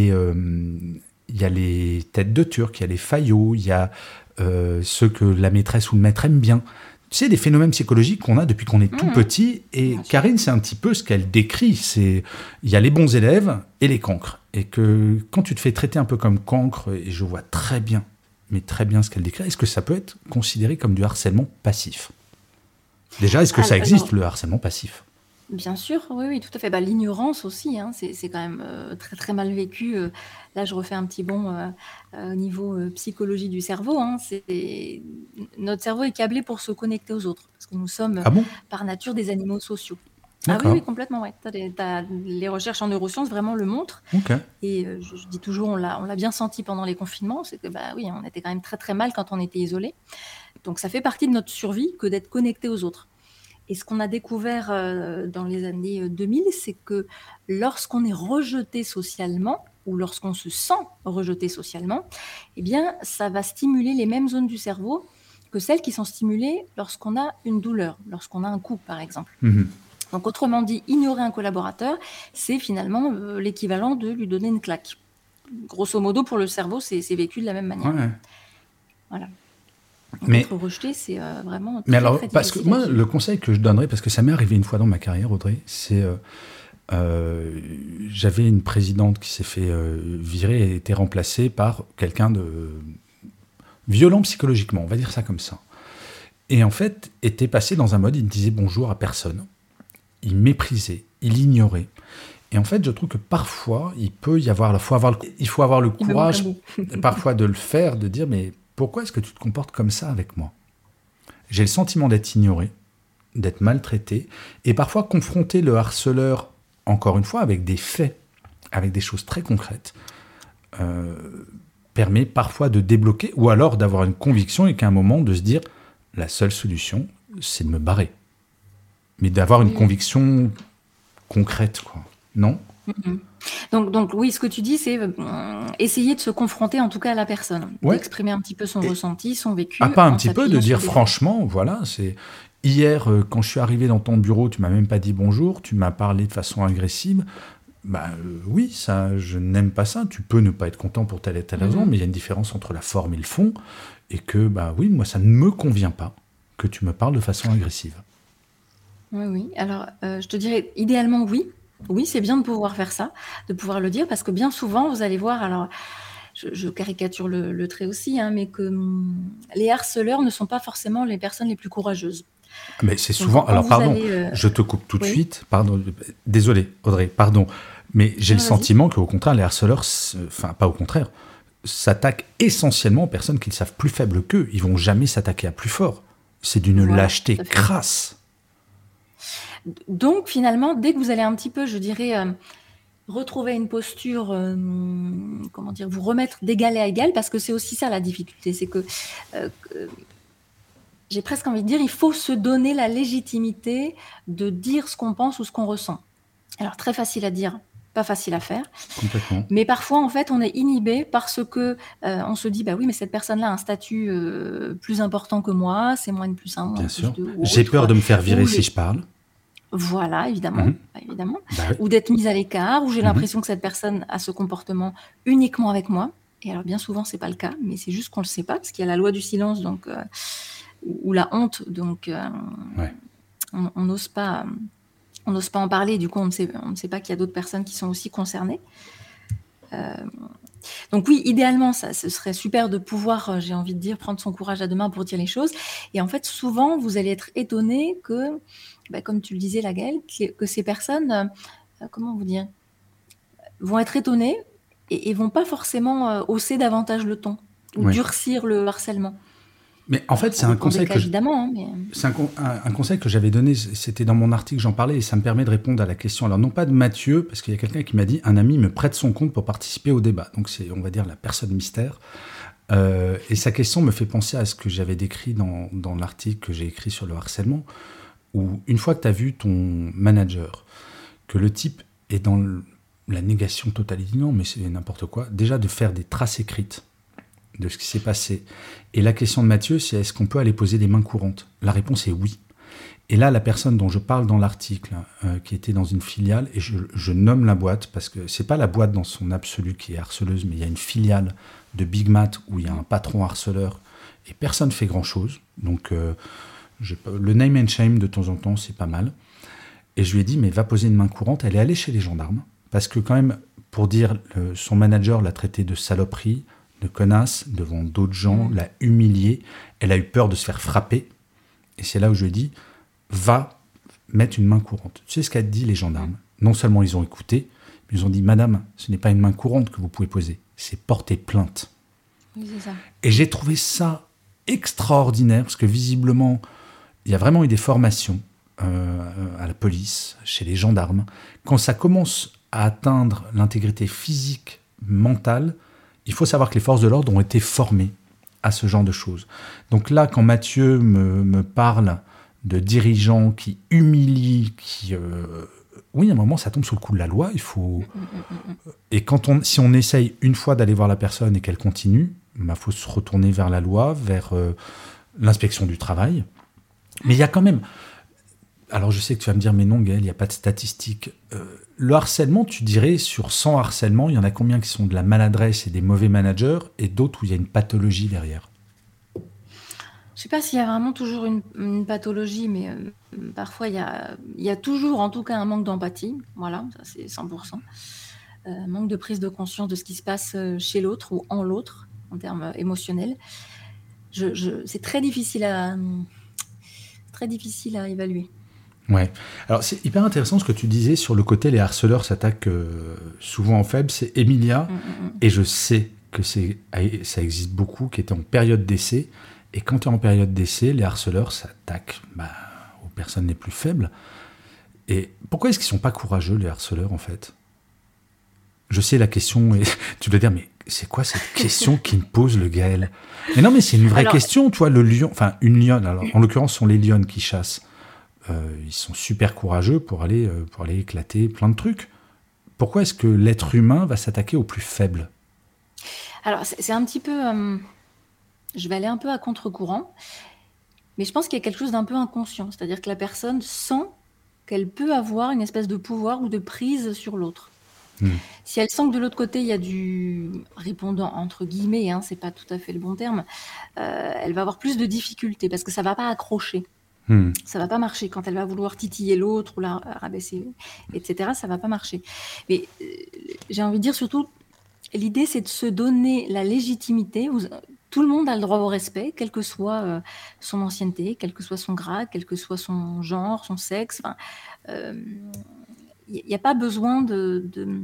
les têtes de Turc, il y a les faillots, il y a ceux que la maîtresse ou le maître aime bien. Tu sais, des phénomènes psychologiques qu'on a depuis qu'on est tout petit. Et Karine, c'est un petit peu ce qu'elle décrit. Il y a les bons élèves et les cancres. et que quand tu te fais traiter un peu comme cancre, et je vois très bien ce qu'elle décrit, est-ce que ça peut être considéré comme du harcèlement passif ? Déjà, est-ce que ça existe, le harcèlement passif ? Bien sûr, oui, tout à fait. L'ignorance aussi, hein, c'est quand même très très mal vécu. Là, je refais un petit bond au niveau psychologie du cerveau. Hein. Notre cerveau est câblé pour se connecter aux autres, parce que nous sommes Ah bon ? par nature des animaux sociaux. D'accord. Ah oui, complètement, ouais. Les recherches en neurosciences vraiment le montrent. Ok. Et je dis toujours, on l'a bien senti pendant les confinements, c'est que oui, on était quand même très très mal quand on était isolé. Donc ça fait partie de notre survie que d'être connecté aux autres. Et ce qu'on a découvert dans les années 2000, c'est que lorsqu'on est rejeté socialement, ou lorsqu'on se sent rejeté socialement, eh bien, ça va stimuler les mêmes zones du cerveau que celles qui sont stimulées lorsqu'on a une douleur, lorsqu'on a un coup, par exemple. Mhm. Donc, autrement dit, ignorer un collaborateur, c'est finalement l'équivalent de lui donner une claque. Grosso modo, pour le cerveau, c'est vécu de la même manière. Ouais. Voilà. Donc, Mais être rejeté, c'est vraiment très, Mais alors, très parce que difficile à moi, vivre. le conseil que je donnerais, parce que ça m'est arrivé une fois dans ma carrière, Audrey, c'est j'avais une présidente qui s'est fait virer et était remplacée par quelqu'un de violent psychologiquement, on va dire ça comme ça. Et en fait, était passé dans un mode, il ne disait bonjour à personne, il méprisait, il ignorait. Et en fait, je trouve que parfois, il faut avoir le Il me manque courage, un bout. parfois de le faire, de dire, mais pourquoi est-ce que tu te comportes comme ça avec moi ? J'ai le sentiment d'être ignoré, d'être maltraité, et parfois confronter le harceleur, encore une fois, avec des faits, avec des choses très concrètes, permet parfois de débloquer, ou alors d'avoir une conviction et qu'à un moment de se dire, la seule solution, c'est de me barrer. Mais d'avoir une Oui. conviction concrète, quoi. Non ? Donc oui, ce que tu dis, c'est essayer de se confronter en tout cas à la personne, Ouais. d'exprimer un petit peu son Et- ressenti, son vécu. Ah, pas un en petit peu, de s'appuyant dire sur des faits. franchement, voilà, c'est... Hier, quand je suis arrivé dans ton bureau, tu m'as même pas dit bonjour, tu m'as parlé de façon agressive. Oui, ça, je n'aime pas ça. Tu peux ne pas être content pour telle et telle raison, mais il y a une différence entre la forme et le fond, et que, oui, moi, ça ne me convient pas que tu me parles de façon agressive. Oui. Alors, je te dirais, idéalement, oui. Oui, c'est bien de pouvoir faire ça, de pouvoir le dire, parce que bien souvent, vous allez voir, alors, je caricature le trait aussi, hein, mais que les harceleurs ne sont pas forcément les personnes les plus courageuses. Mais c'est Donc, souvent... quand Alors, vous pardon, allez... je te coupe tout de oui. suite. Pardon, désolé, Audrey, pardon. Mais j'ai le Vas-y. sentiment qu'au contraire, les harceleurs, enfin, pas au contraire, s'attaquent essentiellement aux personnes qu'ils savent plus faibles qu'eux. Ils vont jamais s'attaquer à plus fort. C'est d'une Voilà, lâcheté tout à fait. crasse. Donc, finalement, dès que vous allez un petit peu, je dirais, retrouver une posture, comment dire, vous remettre d'égal à égal, parce que c'est aussi ça la difficulté, c'est que j'ai presque envie de dire, il faut se donner la légitimité de dire ce qu'on pense ou ce qu'on ressent. Alors, très facile à dire, pas facile à faire. Complètement. Mais parfois, en fait, on est inhibé parce que on se dit, oui, mais cette personne-là a un statut plus important que moi, c'est moins de plus un, moins Bien de plus sûr. deux. J'ai peur de me faire virer si je parle. Voilà, évidemment, Mhm. évidemment. Bah oui. Ou d'être mise à l'écart, ou j'ai Mhm. l'impression que cette personne a ce comportement uniquement avec moi. Et alors, bien souvent, c'est pas le cas, mais c'est juste qu'on le sait pas, parce qu'il y a la loi du silence, donc, ou la honte, donc Ouais. on n'ose pas en parler. Du coup, on ne sait pas qu'il y a d'autres personnes qui sont aussi concernées. Donc oui, idéalement, ce serait super de pouvoir, j'ai envie de dire, prendre son courage à deux mains pour dire les choses. Et en fait, souvent, vous allez être étonné que, comme tu le disais, Gaëlle, que ces personnes, comment vous dire, vont être étonnées et vont pas forcément hausser davantage le ton ou Ouais. durcir le harcèlement. Mais en fait, Ça c'est un dépend des conseil cas, que évidemment, hein, mais... c'est un conseil que j'avais donné, c'était dans mon article, j'en parlais, et ça me permet de répondre à la question. Alors, non pas de Mathieu, parce qu'il y a quelqu'un qui m'a dit, un ami me prête son compte pour participer au débat. Donc, c'est, on va dire, la personne mystère. Et sa question me fait penser à ce que j'avais décrit dans l'article que j'ai écrit sur le harcèlement, où une fois que tu as vu ton manager, que le type est dans la négation totale, il dit non, mais c'est n'importe quoi, déjà de faire des traces écrites de ce qui s'est passé. Et la question de Mathieu, c'est est-ce qu'on peut aller poser des mains courantes ? La réponse est oui. Et là, la personne dont je parle dans l'article, qui était dans une filiale, et je nomme la boîte, parce que c'est pas la boîte dans son absolu qui est harceleuse, mais il y a une filiale de Big Mat où il y a un patron harceleur, et personne ne fait grand-chose. Donc, le name and shame, de temps en temps, c'est pas mal. Et je lui ai dit, mais va poser une main courante. Elle est allée chez les gendarmes, parce que quand même, pour dire son manager l'a traité de saloperie, de connasse, devant d'autres gens, l'a humiliée. Elle a eu peur de se faire frapper. Et c'est là où je lui ai dit, va mettre une main courante. Tu sais ce qu'a dit les gendarmes ? Non seulement ils ont écouté, mais ils ont dit, madame, ce n'est pas une main courante que vous pouvez poser, c'est porter plainte. Oui, c'est ça. Et j'ai trouvé ça extraordinaire, parce que visiblement, il y a vraiment eu des formations à la police, chez les gendarmes. Quand ça commence à atteindre l'intégrité physique, mentale, il faut savoir que les forces de l'ordre ont été formées à ce genre de choses. Donc là, quand Mathieu me parle de dirigeants qui humilient, oui, à un moment, ça tombe sous le coup de la loi. Il faut. Et si on essaye une fois d'aller voir la personne et qu'elle continue, il faut se retourner vers la loi, vers l'inspection du travail. Mais il y a quand même. Alors, je sais que tu vas me dire, mais non, Gaël, il n'y a pas de statistiques. Le harcèlement, tu dirais, sur 100 harcèlements, il y en a combien qui sont de la maladresse et des mauvais managers, et d'autres où il y a une pathologie derrière ? Je ne sais pas s'il y a vraiment toujours une pathologie, mais parfois il y a toujours en tout cas un manque d'empathie. Voilà, ça c'est 100%. Manque de prise de conscience de ce qui se passe chez l'autre ou en l'autre, en termes émotionnels. C'est très difficile à évaluer. Ouais. Alors c'est hyper intéressant ce que tu disais sur le côté les harceleurs s'attaquent souvent en faible. C'est Emilia, et je sais que ça existe beaucoup, qui était en période d'essai. Et quand tu es en période d'essai, les harceleurs s'attaquent aux personnes les plus faibles. Et pourquoi est-ce qu'ils ne sont pas courageux, les harceleurs, en fait ? Je sais la question, et tu dois dire, mais c'est quoi cette question qui me pose le Gaël ? Mais non, mais c'est une vraie question, toi, le lion, enfin une lionne, alors en l'occurrence, ce sont les lionnes qui chassent. Ils sont super courageux pour aller éclater plein de trucs. Pourquoi est-ce que l'être humain va s'attaquer aux plus faibles ? Alors, c'est un petit peu... je vais aller un peu à contre-courant, mais je pense qu'il y a quelque chose d'un peu inconscient. C'est-à-dire que la personne sent qu'elle peut avoir une espèce de pouvoir ou de prise sur l'autre. Si elle sent que de l'autre côté, il y a du répondant, entre guillemets, c'est pas tout à fait le bon terme, elle va avoir plus de difficultés parce que ça va pas accrocher. Ça va pas marcher. Quand elle va vouloir titiller l'autre ou la rabaisser, etc., ça va pas marcher. Mais j'ai envie de dire surtout, l'idée, c'est de se donner la légitimité. Tout le monde a le droit au respect, quelle que soit son ancienneté, quel que soit son grade, quel que soit son genre, son sexe. Il n'y a pas besoin de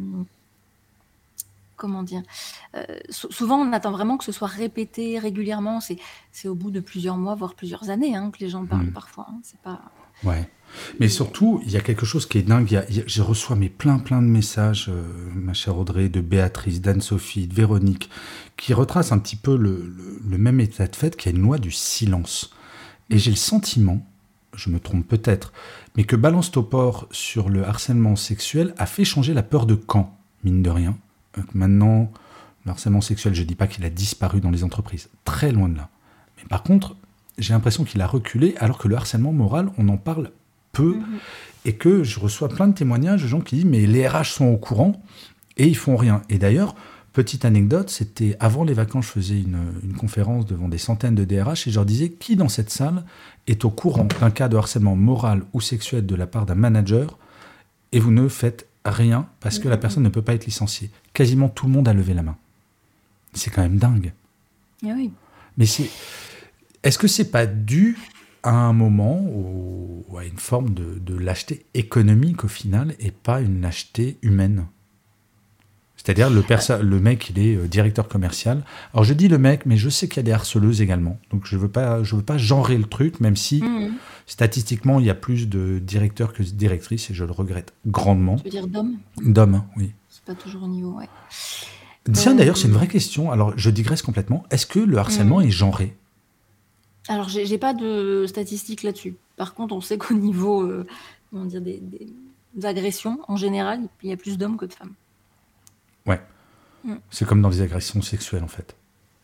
comment dire, souvent on attend vraiment que ce soit répété régulièrement. C'est au bout de plusieurs mois, voire plusieurs années que les gens parlent parfois. C'est pas... Ouais. Mais surtout, il y a quelque chose qui est dingue. Je reçois plein de messages, ma chère Audrey, de Béatrice, d'Anne-Sophie, de Véronique, qui retracent un petit peu le même état de fait, qu'il y a une loi du silence. Et j'ai le sentiment, je me trompe peut-être, mais que Balance Topor sur le harcèlement sexuel a fait changer la peur de camp, mine de rien. Maintenant, le harcèlement sexuel, je ne dis pas qu'il a disparu dans les entreprises, très loin de là. Mais par contre, j'ai l'impression qu'il a reculé, alors que le harcèlement moral, on en parle peu, et que je reçois plein de témoignages de gens qui disent « mais les RH sont au courant et ils font rien ». Et d'ailleurs, petite anecdote, c'était avant les vacances, je faisais une conférence devant des centaines de DRH et je leur disais « qui dans cette salle est au courant d'un cas de harcèlement moral ou sexuel de la part d'un manager et vous ne faites rien parce que la personne ne peut pas être licenciée ». Quasiment tout le monde a levé la main. C'est quand même dingue. Ah oui. Mais est-ce que c'est pas dû à un moment à une forme de lâcheté économique au final et pas une lâcheté humaine ? C'est-à-dire le mec, il est directeur commercial. Alors je dis le mec, mais je sais qu'il y a des harceleuses également. Donc je veux pas genrer le truc, même si statistiquement il y a plus de directeurs que de directrices et je le regrette grandement. Tu veux dire d'hommes ? D'hommes, oui. C'est pas toujours au niveau, ouais. Tiens, d'ailleurs, c'est une vraie question. Alors, je digresse complètement. Est-ce que le harcèlement est genré ? Alors, j'ai pas de statistiques là-dessus. Par contre, on sait qu'au niveau des agressions, en général, il y a plus d'hommes que de femmes. Ouais. C'est comme dans les agressions sexuelles, en fait.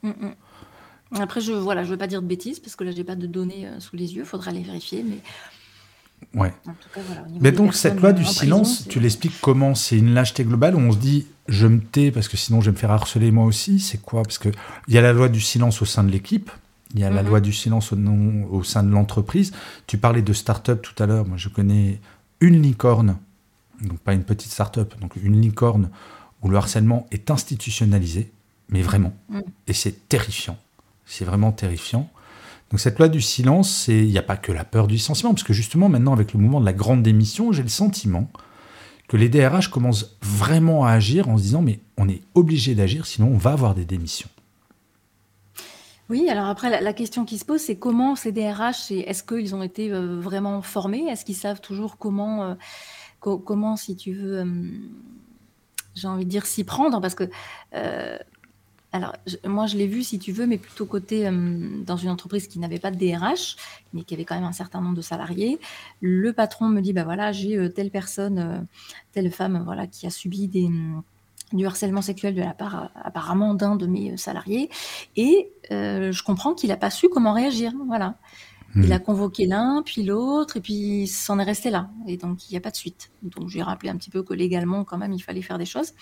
Après, je veux pas dire de bêtises, parce que là, j'ai pas de données sous les yeux. Il faudra les vérifier, mais... Ouais. En tout cas, voilà, Mais donc, cette loi du silence, tu l'expliques comment ? C'est une lâcheté globale où on se dit « je me tais parce que sinon je vais me faire harceler moi aussi ». C'est quoi ? Parce qu'il y a la loi du silence au sein de l'équipe, il y a la loi du silence au sein de l'entreprise. Tu parlais de start-up tout à l'heure. Moi, je connais une licorne, donc pas une petite start-up, donc une licorne où le harcèlement est institutionnalisé, mais vraiment. Et c'est terrifiant. C'est vraiment terrifiant. Donc cette loi du silence, il n'y a pas que la peur du licenciement, parce que justement, maintenant, avec le mouvement de la grande démission, j'ai le sentiment que les DRH commencent vraiment à agir en se disant « mais on est obligé d'agir, sinon on va avoir des démissions ». Oui, alors après, la question qui se pose, c'est comment ces DRH, est-ce qu'ils ont été vraiment formés? Est-ce qu'ils savent toujours comment, si tu veux, j'ai envie de dire, s'y prendre? Parce que, alors, moi, je l'ai vu, si tu veux, mais plutôt côté dans une entreprise qui n'avait pas de DRH, mais qui avait quand même un certain nombre de salariés. Le patron me dit, bah voilà, j'ai telle personne, telle femme, voilà, qui a subi du harcèlement sexuel de la part apparemment d'un de mes salariés, et je comprends qu'il n'a pas su comment réagir. Voilà. Il a convoqué l'un, puis l'autre, et puis c'en est resté là. Et donc, il n'y a pas de suite. Donc, j'ai rappelé un petit peu que légalement, quand même, il fallait faire des choses.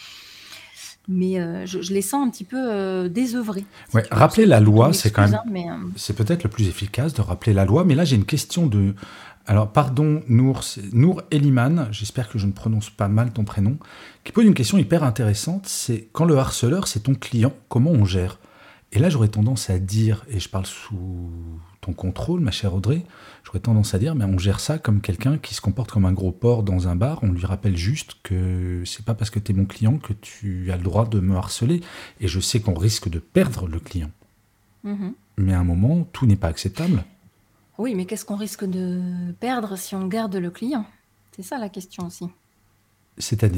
Mais je les sens un petit peu désœuvrés. Ouais, rappeler la loi, c'est quand même... C'est peut-être le plus efficace de rappeler la loi, mais là, j'ai une question de... Alors, pardon, Nour Eliman, j'espère que je ne prononce pas mal ton prénom, qui pose une question hyper intéressante, c'est quand le harceleur, c'est ton client, comment on gère ? Et là, j'aurais tendance à dire, et je parle sous ton contrôle, ma chère Audrey, j'aurais tendance à dire, mais on gère ça comme quelqu'un qui se comporte comme un gros porc dans un bar, on lui rappelle juste que c'est pas parce que tu es mon client que tu as le droit de me harceler, et je sais qu'on risque de perdre le client. Mais à un moment, tout n'est pas acceptable. Oui, mais qu'est-ce qu'on risque de perdre si on garde le client ? C'est ça la question aussi. C'est-à-dire ?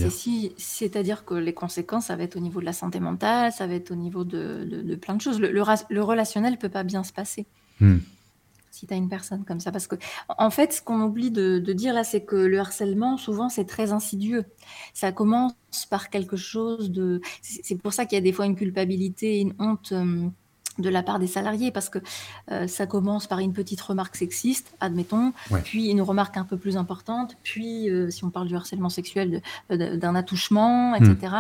C'est-à-dire que les conséquences, ça va être au niveau de la santé mentale, ça va être au niveau de plein de choses. Le relationnel ne peut pas bien se passer si tu as une personne comme ça. Parce que, en fait, ce qu'on oublie de dire là, c'est que le harcèlement, souvent, c'est très insidieux. Ça commence par quelque chose de... C'est pour ça qu'il y a des fois une culpabilité, une honte... de la part des salariés, parce que ça commence par une petite remarque sexiste, admettons, puis une remarque un peu plus importante, puis si on parle du harcèlement sexuel, d'un attouchement, etc.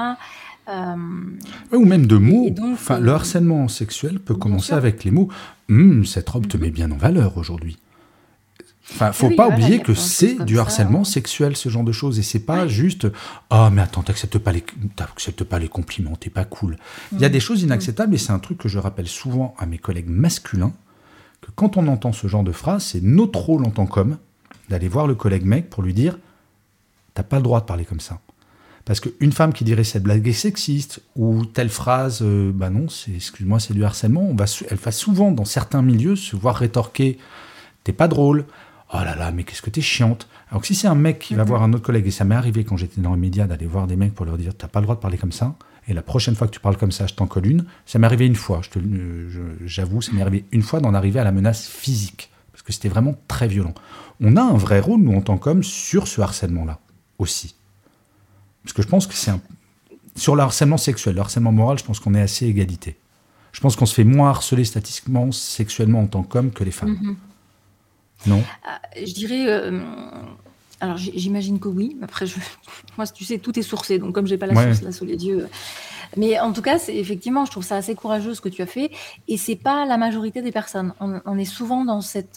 Ou même de mots. Donc, le harcèlement sexuel peut commencer avec les mots « cette robe te met bien en valeur aujourd'hui ». Enfin, faut pas oublier que c'est du harcèlement sexuel, ce genre de choses, et c'est pas juste « Ah, mais attends, t'acceptes pas les compliments, t'es pas cool ». Il y a des choses inacceptables, et c'est un truc que je rappelle souvent à mes collègues masculins, que quand on entend ce genre de phrase, c'est notre rôle en tant qu'homme d'aller voir le collègue mec pour lui dire « T'as pas le droit de parler comme ça ». Parce qu'une femme qui dirait cette blague est sexiste, ou telle phrase, bah non, excuse-moi, c'est du harcèlement, elle va souvent, dans certains milieux, se voir rétorquer « T'es pas drôle ». Oh là là, mais qu'est-ce que t'es chiante. Alors que si c'est un mec qui va voir un autre collègue, et ça m'est arrivé quand j'étais dans les médias d'aller voir des mecs pour leur dire t'as pas le droit de parler comme ça, et la prochaine fois que tu parles comme ça, je t'en colle une. Ça m'est arrivé une fois, j'avoue, ça m'est arrivé une fois d'en arriver à la menace physique, parce que c'était vraiment très violent. On a un vrai rôle, nous, en tant qu'hommes, sur ce harcèlement-là, aussi. Parce que je pense que sur le harcèlement sexuel, le harcèlement moral, je pense qu'on est assez égalité. Je pense qu'on se fait moins harceler statistiquement, sexuellement en tant qu'homme que les femmes. Non. Je dirais... alors, j'imagine que oui. Après, moi, tu sais, tout est sourcé. Donc, comme je n'ai pas la source là sous les yeux... Mais en tout cas, effectivement, je trouve ça assez courageux ce que tu as fait. Et ce n'est pas la majorité des personnes. On est souvent dans cette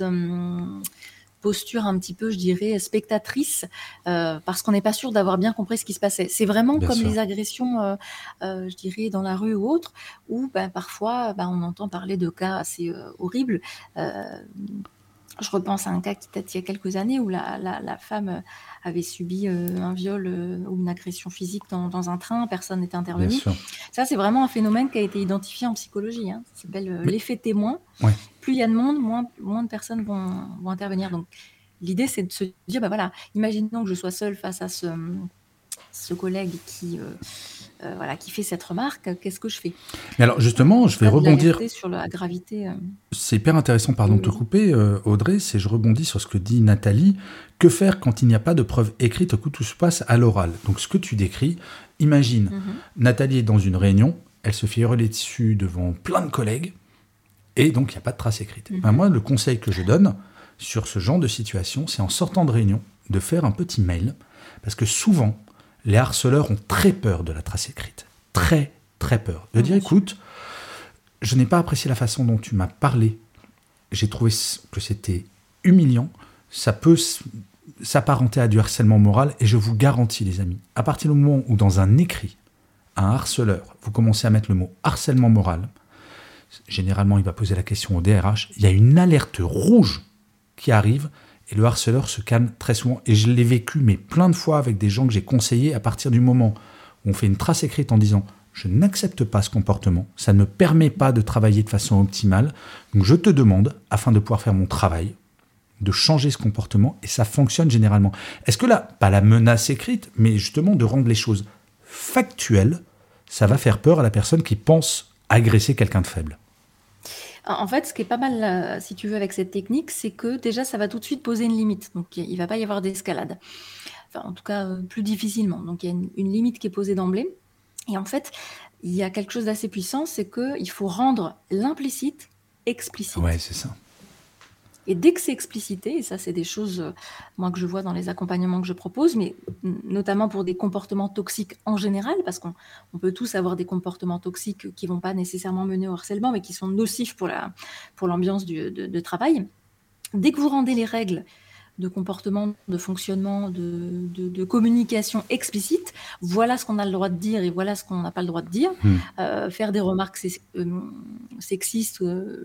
posture un petit peu, je dirais, spectatrice, parce qu'on n'est pas sûr d'avoir bien compris ce qui se passait. C'est vraiment bien comme sûr. Les agressions, je dirais, dans la rue ou autre, où parfois, on entend parler de cas assez horribles. Je repense à un cas qui date il y a quelques années où la femme avait subi un viol ou une agression physique dans un train, personne n'était intervenu. Ça, c'est vraiment un phénomène qui a été identifié en psychologie. Ça s'appelle l'effet témoin. Plus il y a de monde, moins de personnes vont intervenir. Donc, l'idée, c'est de se dire, voilà, imaginons que je sois seule face à ce collègue qui fait cette remarque, qu'est-ce que je fais ? Mais alors justement, je vais rebondir sur la gravité. C'est hyper intéressant, pardon de te couper, Audrey, je rebondis sur ce que dit Nathalie. Que faire quand il n'y a pas de preuve écrite au coup tout se passe à l'oral ? Donc ce que tu décris, imagine, Nathalie est dans une réunion, elle se fait hurler dessus devant plein de collègues, et donc il n'y a pas de trace écrite. Moi, le conseil que je donne sur ce genre de situation, c'est en sortant de réunion, de faire un petit mail, parce que souvent, les harceleurs ont très peur de la trace écrite. Très, très peur. De dire, écoute, je n'ai pas apprécié la façon dont tu m'as parlé. J'ai trouvé que c'était humiliant. Ça peut s'apparenter à du harcèlement moral. Et je vous garantis, les amis, à partir du moment où dans un écrit, un harceleur, vous commencez à mettre le mot harcèlement moral, généralement il va poser la question au DRH, il y a une alerte rouge qui arrive et le harceleur se calme très souvent. Et je l'ai vécu mais plein de fois avec des gens que j'ai conseillés à partir du moment où on fait une trace écrite en disant « je n'accepte pas ce comportement, ça ne me permet pas de travailler de façon optimale, donc je te demande, afin de pouvoir faire mon travail, de changer ce comportement » et ça fonctionne généralement. Est-ce que là, pas la menace écrite, mais justement de rendre les choses factuelles, ça va faire peur à la personne qui pense agresser quelqu'un de faible? En fait, ce qui est pas mal, si tu veux, avec cette technique, c'est que déjà, ça va tout de suite poser une limite. Donc, il va pas y avoir d'escalade. Enfin, en tout cas, plus difficilement. Donc, il y a une limite qui est posée d'emblée. Et en fait, il y a quelque chose d'assez puissant, c'est qu'il faut rendre l'implicite explicite. Ouais, c'est ça. Et dès que c'est explicité, et ça, c'est des choses, moi, que je vois dans les accompagnements que je propose, mais notamment pour des comportements toxiques en général, parce qu'on peut tous avoir des comportements toxiques qui ne vont pas nécessairement mener au harcèlement, mais qui sont nocifs pour l'ambiance de travail. Dès que vous rendez les règles de comportement, de fonctionnement, de communication explicite, voilà ce qu'on a le droit de dire et voilà ce qu'on n'a pas le droit de dire. Faire des remarques sexistes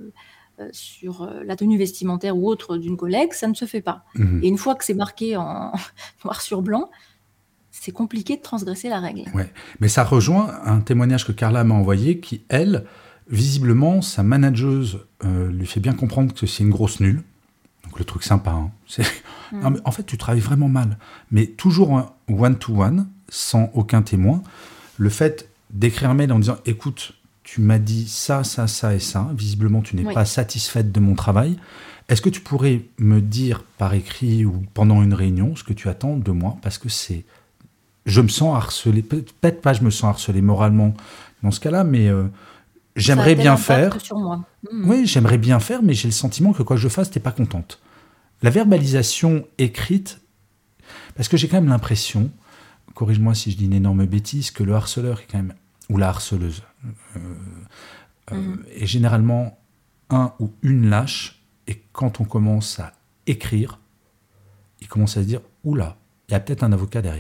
sur la tenue vestimentaire ou autre d'une collègue, ça ne se fait pas. Et une fois que c'est marqué en noir sur blanc, c'est compliqué de transgresser la règle. Ouais. Mais ça rejoint un témoignage que Carla m'a envoyé qui, elle, visiblement, sa manageuse lui fait bien comprendre que c'est une grosse nulle. Donc le truc sympa, hein. Non, mais en fait, tu travailles vraiment mal. Mais toujours un one-to-one, sans aucun témoin. Le fait d'écrire un mail en disant « Écoute, tu m'as dit ça, ça, ça et ça. Visiblement, tu n'es pas satisfaite de mon travail. Est-ce que tu pourrais me dire par écrit ou pendant une réunion ce que tu attends de moi ? Parce que je me sens harcelé. Peut-être pas je me sens harcelé moralement dans ce cas-là, mais j'aimerais bien faire. Sur moi. Oui, j'aimerais bien faire, mais j'ai le sentiment que quoi que je fasse, tu n'es pas contente. » La verbalisation écrite, parce que j'ai quand même l'impression, corrige-moi si je dis une énorme bêtise, que le harceleur est quand même, ou la harceleuse, est généralement un ou une lâche, et quand on commence à écrire, il commence à se dire « Oula, il y a peut-être un avocat derrière ».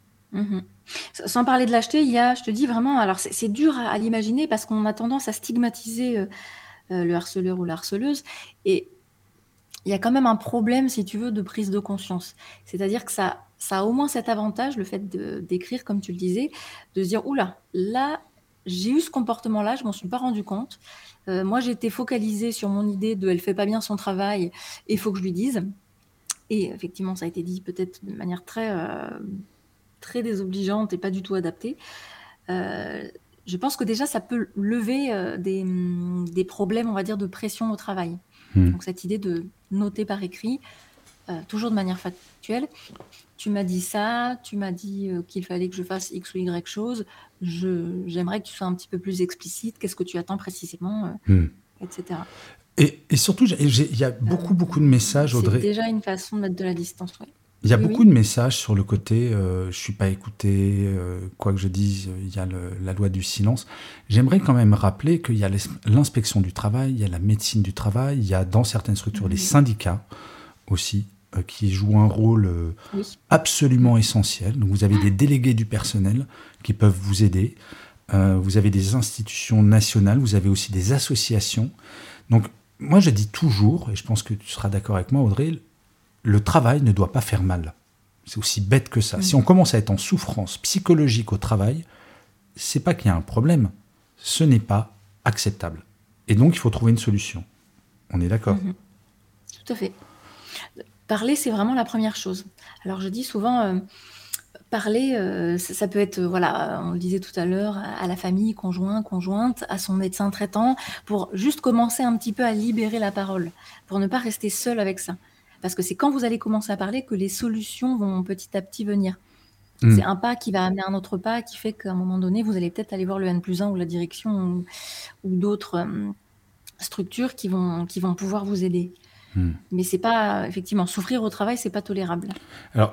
Sans parler de lâcheté, il y a, je te dis vraiment, alors c'est dur à l'imaginer parce qu'on a tendance à stigmatiser le harceleur ou la harceleuse, et il y a quand même un problème, si tu veux, de prise de conscience. C'est-à-dire que ça a au moins cet avantage, le fait d'écrire, comme tu le disais, de se dire « Oula, là, j'ai eu ce comportement-là, je ne m'en suis pas rendu compte. Moi, j'étais focalisée sur mon idée de « elle ne fait pas bien son travail, et il faut que je lui dise ». Et effectivement, ça a été dit peut-être de manière très, très désobligeante et pas du tout adaptée. Je pense que déjà, ça peut lever des problèmes, on va dire, de pression au travail. Donc cette idée de noter par écrit, toujours de manière factuelle, tu m'as dit ça, tu m'as dit qu'il fallait que je fasse X ou Y chose, j'aimerais que tu sois un petit peu plus explicite, qu'est-ce que tu attends précisément, etc. Et surtout, il y a beaucoup de messages, Audrey. C'est déjà une façon de mettre de la distance, oui. Il y a beaucoup de messages sur le côté je ne suis pas écouté, quoi que je dise, il y a la loi du silence. J'aimerais quand même rappeler qu'il y a l'inspection du travail, il y a la médecine du travail, il y a dans certaines structures les syndicats aussi qui jouent un rôle absolument essentiel. Donc vous avez des délégués du personnel qui peuvent vous aider. Vous avez des institutions nationales, vous avez aussi des associations. Donc moi je dis toujours, et je pense que tu seras d'accord avec moi Audrey, le travail ne doit pas faire mal. C'est aussi bête que ça. Si on commence à être en souffrance psychologique au travail, c'est pas qu'il y a un problème. Ce n'est pas acceptable. Et donc, il faut trouver une solution. On est d'accord ? Tout à fait. Parler, c'est vraiment la première chose. Alors, je dis souvent, parler, ça peut être, voilà, on le disait tout à l'heure, à la famille, conjointe, à son médecin traitant, pour juste commencer un petit peu à libérer la parole, pour ne pas rester seul avec ça. Parce que c'est quand vous allez commencer à parler que les solutions vont petit à petit venir. C'est un pas qui va amener un autre pas qui fait qu'à un moment donné, vous allez peut-être aller voir le N+1 ou la direction ou d'autres structures qui vont pouvoir vous aider. Mais c'est pas, effectivement, souffrir au travail, c'est pas tolérable. Alors,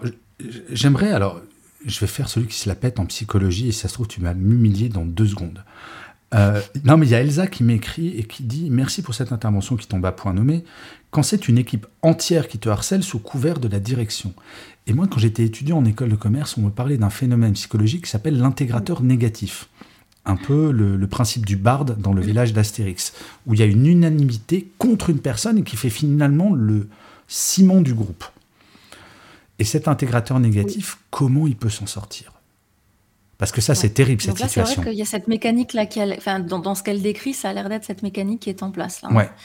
je vais faire celui qui se la pète en psychologie et si ça se trouve, tu vas m'humilier dans 2 secondes. Non, mais il y a Elsa qui m'écrit et qui dit « Merci pour cette intervention qui tombe à point nommé. Quand c'est une équipe entière qui te harcèle sous couvert de la direction. » Et moi, quand j'étais étudiant en école de commerce, on me parlait d'un phénomène psychologique qui s'appelle l'intégrateur négatif. Un peu le principe du barde dans le village d'Astérix, où il y a une unanimité contre une personne et qui fait finalement le ciment du groupe. Et cet intégrateur négatif, comment il peut s'en sortir ? Parce que ça, c'est terrible, cette Donc là, situation. c'est vrai qu'il y a cette mécanique-là, dans ce qu'elle décrit, ça a l'air d'être cette mécanique qui est en place. Là, Ouais.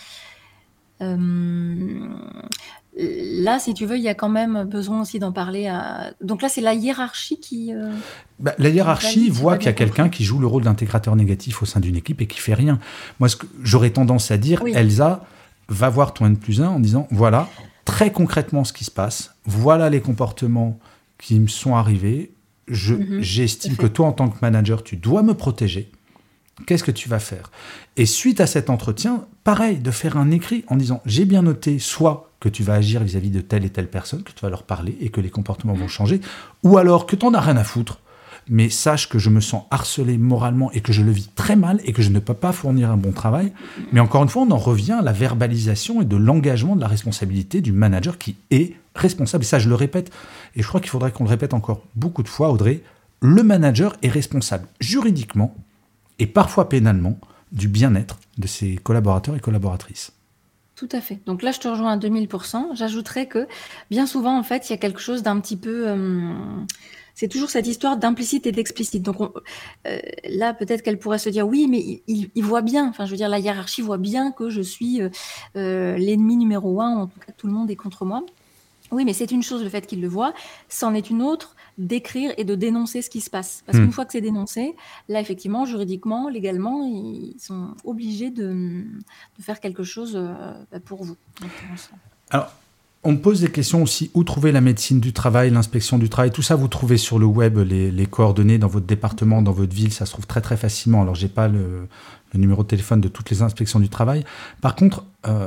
Là, si tu veux, il y a quand même besoin aussi d'en parler à... Donc là, c'est la hiérarchie qui... La hiérarchie valide, voit c'est qu'il y a pas bien quelqu'un compris. qui joue le rôle d'intégrateur négatif au sein d'une équipe et qui fait rien. Moi, j'aurais tendance à dire, Oui. Elsa, va voir ton N+1 en disant, voilà, très concrètement ce qui se passe, voilà les comportements qui me sont arrivés, j'estime tout à que toi, en tant que manager, tu dois me protéger. Qu'est-ce que tu vas faire ? Et suite à cet entretien, pareil, de faire un écrit en disant, j'ai bien noté soit que tu vas agir vis-à-vis de telle et telle personne, que tu vas leur parler et que les comportements vont changer, ou alors que tu n'en as rien à foutre, mais sache que je me sens harcelé moralement et que je le vis très mal et que je ne peux pas fournir un bon travail. Mais encore une fois, on en revient à la verbalisation et de l'engagement de la responsabilité du manager qui est responsable. Et ça, je le répète, et je crois qu'il faudrait qu'on le répète encore beaucoup de fois, Audrey, le manager est responsable juridiquement et parfois pénalement du bien-être de ses collaborateurs et collaboratrices. Tout à fait. Donc là, je te rejoins à 2000%. J'ajouterais que bien souvent, en fait, il y a quelque chose d'un petit peu... c'est toujours cette histoire d'implicite et d'explicite. Donc là, peut-être qu'elle pourrait se dire, oui, mais il voit bien, enfin, je veux dire, la hiérarchie voit bien que je suis l'ennemi numéro 1, en tout cas, tout le monde est contre moi. Oui, mais c'est une chose, le fait qu'il le voit, c'en est une autre d'écrire et de dénoncer ce qui se passe. Parce qu'une fois que c'est dénoncé, là, effectivement, juridiquement, légalement, ils sont obligés de faire quelque chose pour vous. Alors, on me pose des questions aussi. Où trouver la médecine du travail, l'inspection du travail ? Tout ça, vous trouvez sur le web les coordonnées dans votre département, dans votre ville. Ça se trouve très, très facilement. Alors, je n'ai pas le numéro de téléphone de toutes les inspections du travail. Par contre...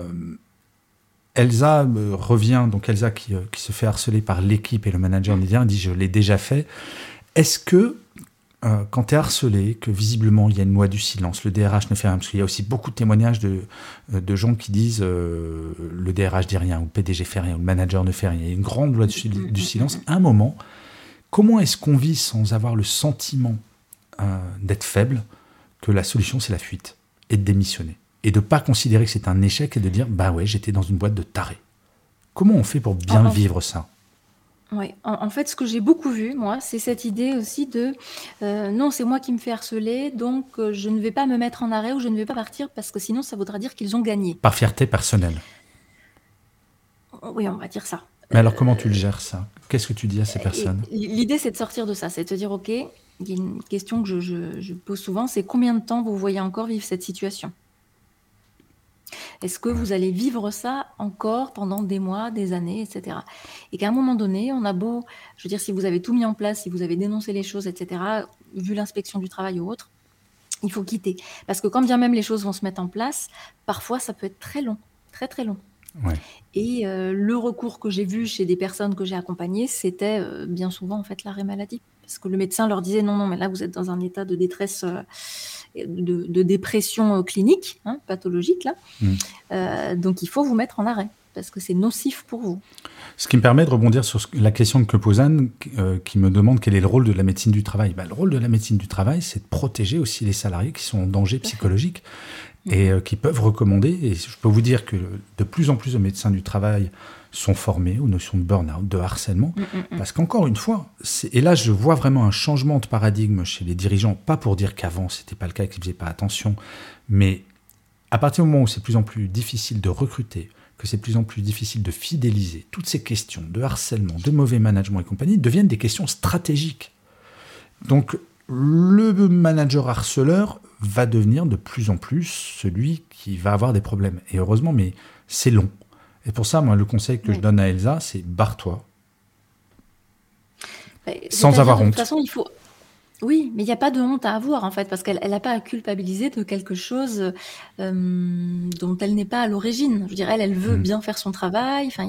Elsa revient, donc Elsa qui se fait harceler par l'équipe et le manager média, dit « je l'ai déjà fait ». Est-ce que, quand tu es harcelé, que visiblement il y a une loi du silence, le DRH ne fait rien, parce qu'il y a aussi beaucoup de témoignages de gens qui disent le DRH dit rien, ou le PDG fait rien, ou le manager ne fait rien, il y a une grande loi du silence. À un moment, comment est-ce qu'on vit sans avoir le sentiment d'être faible, que la solution c'est la fuite, et de démissionner ? Et de ne pas considérer que c'est un échec et de dire « bah ouais, j'étais dans une boîte de tarés ». Comment on fait pour bien vivre ça ? Oui, en fait, ce que j'ai beaucoup vu, moi, c'est cette idée aussi de non, c'est moi qui me fais harceler, donc je ne vais pas me mettre en arrêt ou je ne vais pas partir parce que sinon ça voudra dire qu'ils ont gagné. Par fierté personnelle. Oui, on va dire ça. Mais alors comment tu le gères ça ? Qu'est-ce que tu dis à ces personnes ? L'idée, c'est de sortir de ça, c'est de se dire, ok, il y a une question que je pose souvent, c'est combien de temps vous voyez encore vivre cette situation ? Est-ce que vous allez vivre ça encore pendant des mois, des années, etc. Et qu'à un moment donné, on a beau, je veux dire, si vous avez tout mis en place, si vous avez dénoncé les choses, etc., vu l'inspection du travail ou autre, il faut quitter. Parce que quand bien même les choses vont se mettre en place, parfois ça peut être très long, très très long. Ouais. Et le recours que j'ai vu chez des personnes que j'ai accompagnées, c'était bien souvent en fait l'arrêt maladie. Parce que le médecin leur disait non, mais là vous êtes dans un état de détresse, de dépression clinique, pathologique, là. Donc il faut vous mettre en arrêt, parce que c'est nocif pour vous. Ce qui me permet de rebondir sur la question que pose Anne, qui me demande quel est le rôle de la médecine du travail. Le rôle de la médecine du travail, c'est de protéger aussi les salariés qui sont en danger psychologique et qui peuvent recommander. Et je peux vous dire que de plus en plus de médecins du travail sont formés aux notions de burn-out, de harcèlement. Parce qu'encore une fois, et là je vois vraiment un changement de paradigme chez les dirigeants, pas pour dire qu'avant c'était pas le cas et qu'ils ne faisaient pas attention, mais à partir du moment où c'est de plus en plus difficile de recruter, que c'est de plus en plus difficile de fidéliser, toutes ces questions de harcèlement, de mauvais management et compagnie deviennent des questions stratégiques. Donc le manager harceleur va devenir de plus en plus celui qui va avoir des problèmes. Et heureusement, mais c'est long. Et pour ça, moi, le conseil que je donne à Elsa, c'est barre-toi. Sans avoir honte. De toute façon, il faut... Oui, mais il n'y a pas de honte à avoir, en fait, parce qu'elle n'a pas à culpabiliser de quelque chose dont elle n'est pas à l'origine. Je veux dire, elle veut bien faire son travail, enfin, il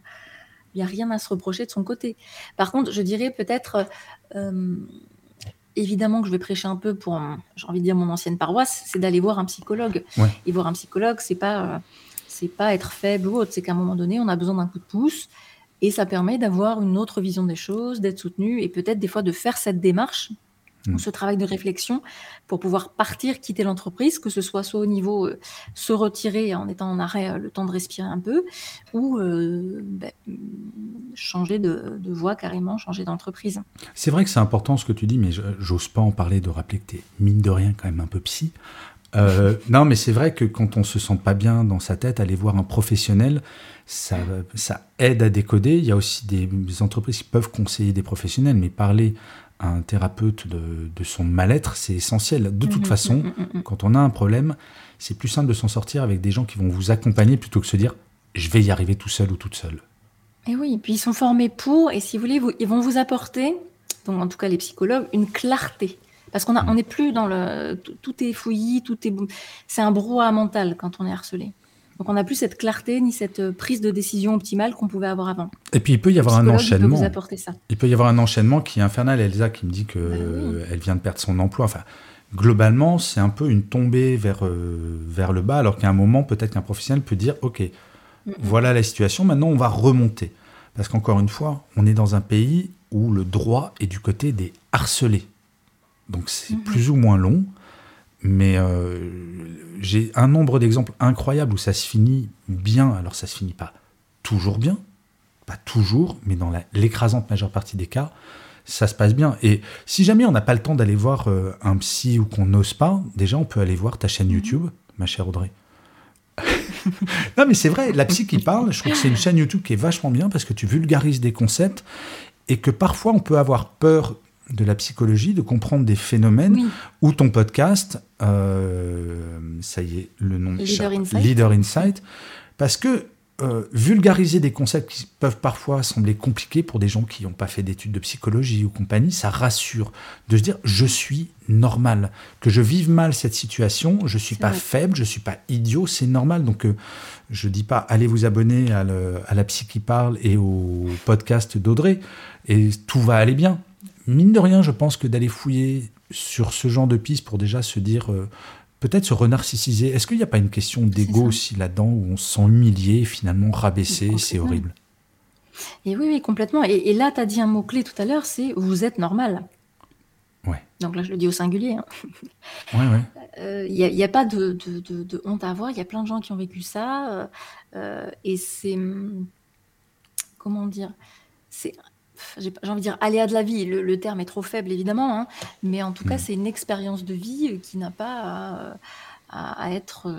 n'y a rien à se reprocher de son côté. Par contre, je dirais peut-être, évidemment que je vais prêcher un peu pour, j'ai envie de dire, mon ancienne paroisse, c'est d'aller voir un psychologue. Ouais. Et voir un psychologue, c'est pas être faible ou autre, c'est qu'à un moment donné, on a besoin d'un coup de pouce et ça permet d'avoir une autre vision des choses, d'être soutenu et peut-être des fois de faire cette démarche ou ce travail de réflexion pour pouvoir partir, quitter l'entreprise, que ce soit au niveau se retirer en étant en arrêt, le temps de respirer un peu, ou changer de voie carrément, changer d'entreprise. C'est vrai que c'est important ce que tu dis, mais j'ose pas en parler, de rappeler que tu es mine de rien quand même un peu psy. Non, mais c'est vrai que quand on se sent pas bien dans sa tête, aller voir un professionnel, ça aide à décoder. Il y a aussi des entreprises qui peuvent conseiller des professionnels, mais parler à un thérapeute de son mal-être, c'est essentiel. De toute façon, quand on a un problème, c'est plus simple de s'en sortir avec des gens qui vont vous accompagner plutôt que de se dire « je vais y arriver tout seul ou toute seule ». Et oui, et puis ils sont formés pour, et si vous voulez, ils vont vous apporter, donc en tout cas les psychologues, une clarté. Parce qu'on n'est plus dans tout est fouillis, c'est un brouhaha mental quand on est harcelé. Donc on n'a plus cette clarté ni cette prise de décision optimale qu'on pouvait avoir avant. Et puis il peut y avoir un enchaînement. Peut vous apporter ça. Il peut y avoir un enchaînement qui est infernal. Elsa qui me dit qu'elle vient de perdre son emploi. Enfin, globalement, c'est un peu une tombée vers le bas, alors qu'à un moment, peut-être qu'un professionnel peut dire « Ok, voilà la situation, maintenant on va remonter ». Parce qu'encore une fois, on est dans un pays où le droit est du côté des harcelés. Donc c'est plus ou moins long, mais j'ai un nombre d'exemples incroyables où ça se finit bien. Alors ça se finit pas toujours bien, pas toujours, mais dans l'écrasante majeure partie des cas, ça se passe bien. Et si jamais on n'a pas le temps d'aller voir un psy ou qu'on n'ose pas, déjà on peut aller voir ta chaîne YouTube, ma chère Audrey. Non mais c'est vrai, La Psy qui parle, je trouve que c'est une chaîne YouTube qui est vachement bien parce que tu vulgarises des concepts et que parfois on peut avoir peur de la psychologie, de comprendre des phénomènes, ou ton podcast, ça y est, le nom Leader Insight, parce que vulgariser des concepts qui peuvent parfois sembler compliqués pour des gens qui n'ont pas fait d'études de psychologie ou compagnie, ça rassure de se dire je suis normal, que je vive mal cette situation, je suis pas faible, je suis pas idiot, c'est normal. Donc je dis pas allez vous abonner à La Psy qui parle et au podcast d'Audrey et tout va aller bien. Mine de rien, je pense que d'aller fouiller sur ce genre de pistes pour déjà se dire, peut-être se renarcissiser. Est-ce qu'il n'y a pas une question d'ego aussi là-dedans, où on se sent humilié, finalement rabaissé, c'est horrible. Et oui, complètement. Et là, tu as dit un mot-clé tout à l'heure, c'est « vous êtes normal ». Ouais. Donc là, je le dis au singulier. Il n'y a pas de honte à avoir, il y a plein de gens qui ont vécu ça. Et c'est... Comment dire ? J'ai envie de dire aléa de la vie, le terme est trop faible évidemment, hein, mais en tout cas c'est une expérience de vie qui n'a pas à être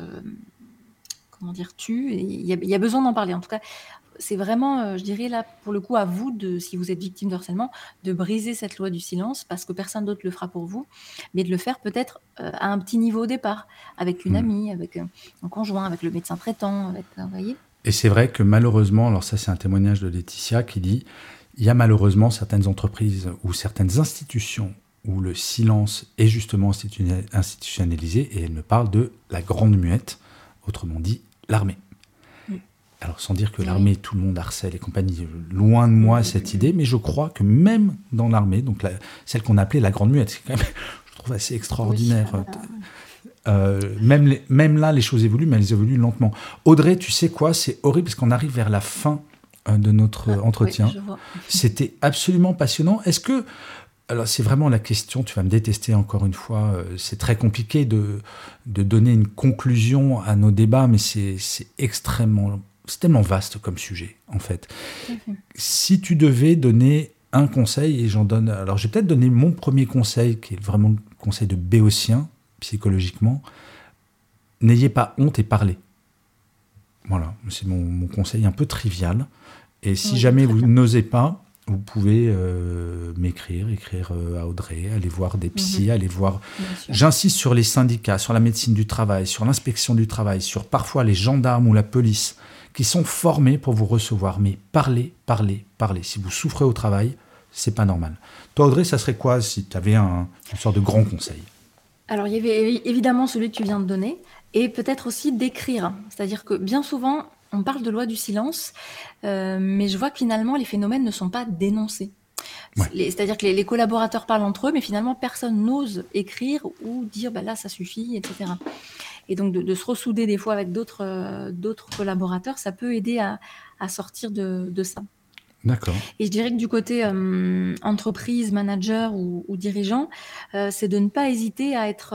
tue, et il y a besoin d'en parler. En tout cas c'est vraiment, je dirais là pour le coup à vous, si vous êtes victime de harcèlement, de briser cette loi du silence parce que personne d'autre le fera pour vous, mais de le faire peut-être à un petit niveau au départ, avec une amie, avec un conjoint, avec le médecin traitant, vous voyez. Et c'est vrai que malheureusement, alors ça c'est un témoignage de Laetitia qui dit il y a malheureusement certaines entreprises ou certaines institutions où le silence est justement institutionnalisé, et elle me parle de la grande muette, autrement dit l'armée. Alors sans dire que l'armée, tout le monde harcèle et compagnie, loin de moi cette idée, mais je crois que même dans l'armée, donc celle qu'on appelait la grande muette, c'est quand même, je trouve assez extraordinaire. Même là, les choses évoluent, mais elles évoluent lentement. Audrey, tu sais quoi, c'est horrible parce qu'on arrive vers la fin de notre entretien. C'était absolument passionnant. Est-ce que, alors c'est vraiment la question, tu vas me détester encore une fois, c'est très compliqué de donner une conclusion à nos débats, mais c'est tellement vaste comme sujet, en fait. Si tu devais donner un conseil, et j'en donne, alors je vais peut-être donner mon premier conseil, qui est vraiment le conseil de béotien, psychologiquement, n'ayez pas honte et parlez. Voilà, c'est mon conseil un peu trivial. Et si jamais vous n'osez pas, vous pouvez écrire à Audrey, aller voir des psys, aller voir... J'insiste sur les syndicats, sur la médecine du travail, sur l'inspection du travail, sur parfois les gendarmes ou la police, qui sont formés pour vous recevoir. Mais parlez. Si vous souffrez au travail, c'est pas normal. Toi, Audrey, ça serait quoi si tu avais une sorte de grand conseil ? Alors, il y avait évidemment celui que tu viens de donner, et peut-être aussi d'écrire. C'est-à-dire que bien souvent, on parle de loi du silence, mais je vois que finalement, les phénomènes ne sont pas dénoncés. Ouais. C'est-à-dire que les collaborateurs parlent entre eux, mais finalement, personne n'ose écrire ou dire là, ça suffit, etc. Et donc, de se ressouder des fois avec d'autres collaborateurs, ça peut aider à sortir de ça. D'accord. Et je dirais que du côté entreprise, manager ou dirigeant, c'est de ne pas hésiter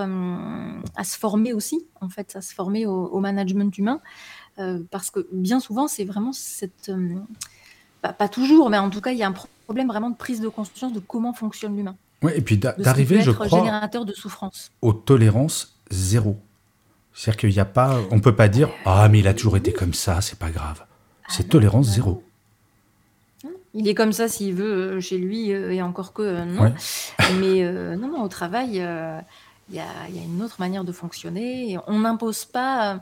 à se former aussi, en fait, à se former au management humain, parce que bien souvent, c'est vraiment pas toujours, mais en tout cas, il y a un problème vraiment de prise de conscience de comment fonctionne l'humain, Ouais, et puis de ce qui d'arriver, peut je être crois, générateur de souffrance. aux tolérances zéro. C'est-à-dire qu'il n'y a pas, on peut pas dire ah mais il a toujours été comme ça, c'est pas grave. C'est tolérance bah zéro. Il est comme ça s'il veut chez lui, et encore que non. Ouais. Mais non, au travail, il y a une autre manière de fonctionner. Et on n'impose pas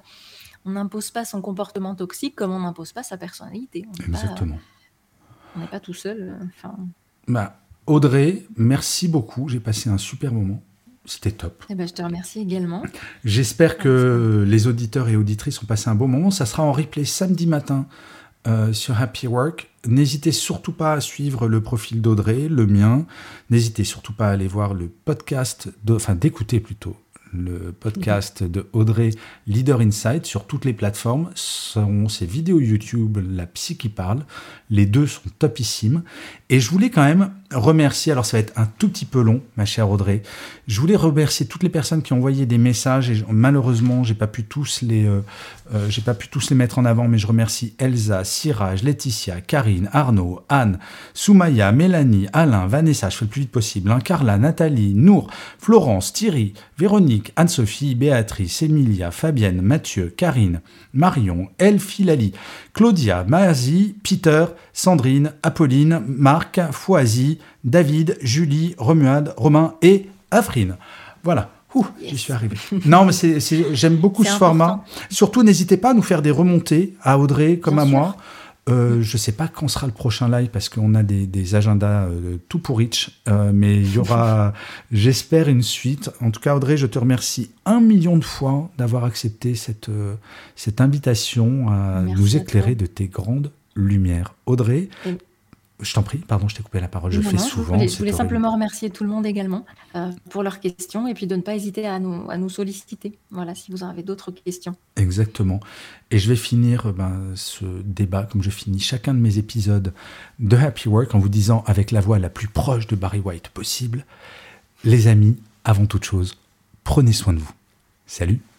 son comportement toxique comme on n'impose pas sa personnalité. Exactement. On n'est pas tout seul. Bah, Audrey, merci beaucoup. J'ai passé un super moment. C'était top. Eh ben, je te remercie également. J'espère que les auditeurs et auditrices ont passé un bon moment. Ça sera en replay samedi matin sur Happy Work. N'hésitez surtout pas à suivre le profil d'Audrey, le mien. N'hésitez surtout pas à aller voir le podcast, d'écouter plutôt le podcast de Audrey, Leader Insight, sur toutes les plateformes. Ses vidéos YouTube, La Psy qui parle. Les deux sont topissimes. Et je voulais quand même remercier, alors ça va être un tout petit peu long, ma chère Audrey, je voulais remercier toutes les personnes qui ont envoyé des messages, et malheureusement, j'ai pas pu tous les mettre en avant, mais je remercie Elsa, Siraj, Laetitia, Karine, Arnaud, Anne, Soumaya, Mélanie, Alain, Vanessa, je fais le plus vite possible, Carla, Nathalie, Nour, Florence, Thierry, Véronique, Anne-Sophie, Béatrice, Emilia, Fabienne, Mathieu, Karine, Marion, Elfie, Lali, Claudia, Mazie, Peter, Sandrine, Apolline, Marc, Foisy, David, Julie, Romuald, Romain et Afrine. Voilà. J'y suis arrivé. Non, mais j'aime beaucoup ce format. Surtout, n'hésitez pas à nous faire des remontées à Audrey comme à moi. Je ne sais pas quand sera le prochain live parce qu'on a des agendas tout pour Rich, mais il y aura, j'espère, une suite. En tout cas, Audrey, je te remercie 1 million de fois d'avoir accepté cette invitation à nous éclairer de tes grandes lumières. Audrey, je t'en prie, pardon, je t'ai coupé la parole, je fais souvent. Je voulais simplement remercier tout le monde également pour leurs questions et puis de ne pas hésiter à nous solliciter, voilà, si vous avez d'autres questions. Exactement. Et je vais finir ce débat, comme je finis chacun de mes épisodes de Happy Work, en vous disant avec la voix la plus proche de Barry White possible, les amis, avant toute chose, prenez soin de vous. Salut!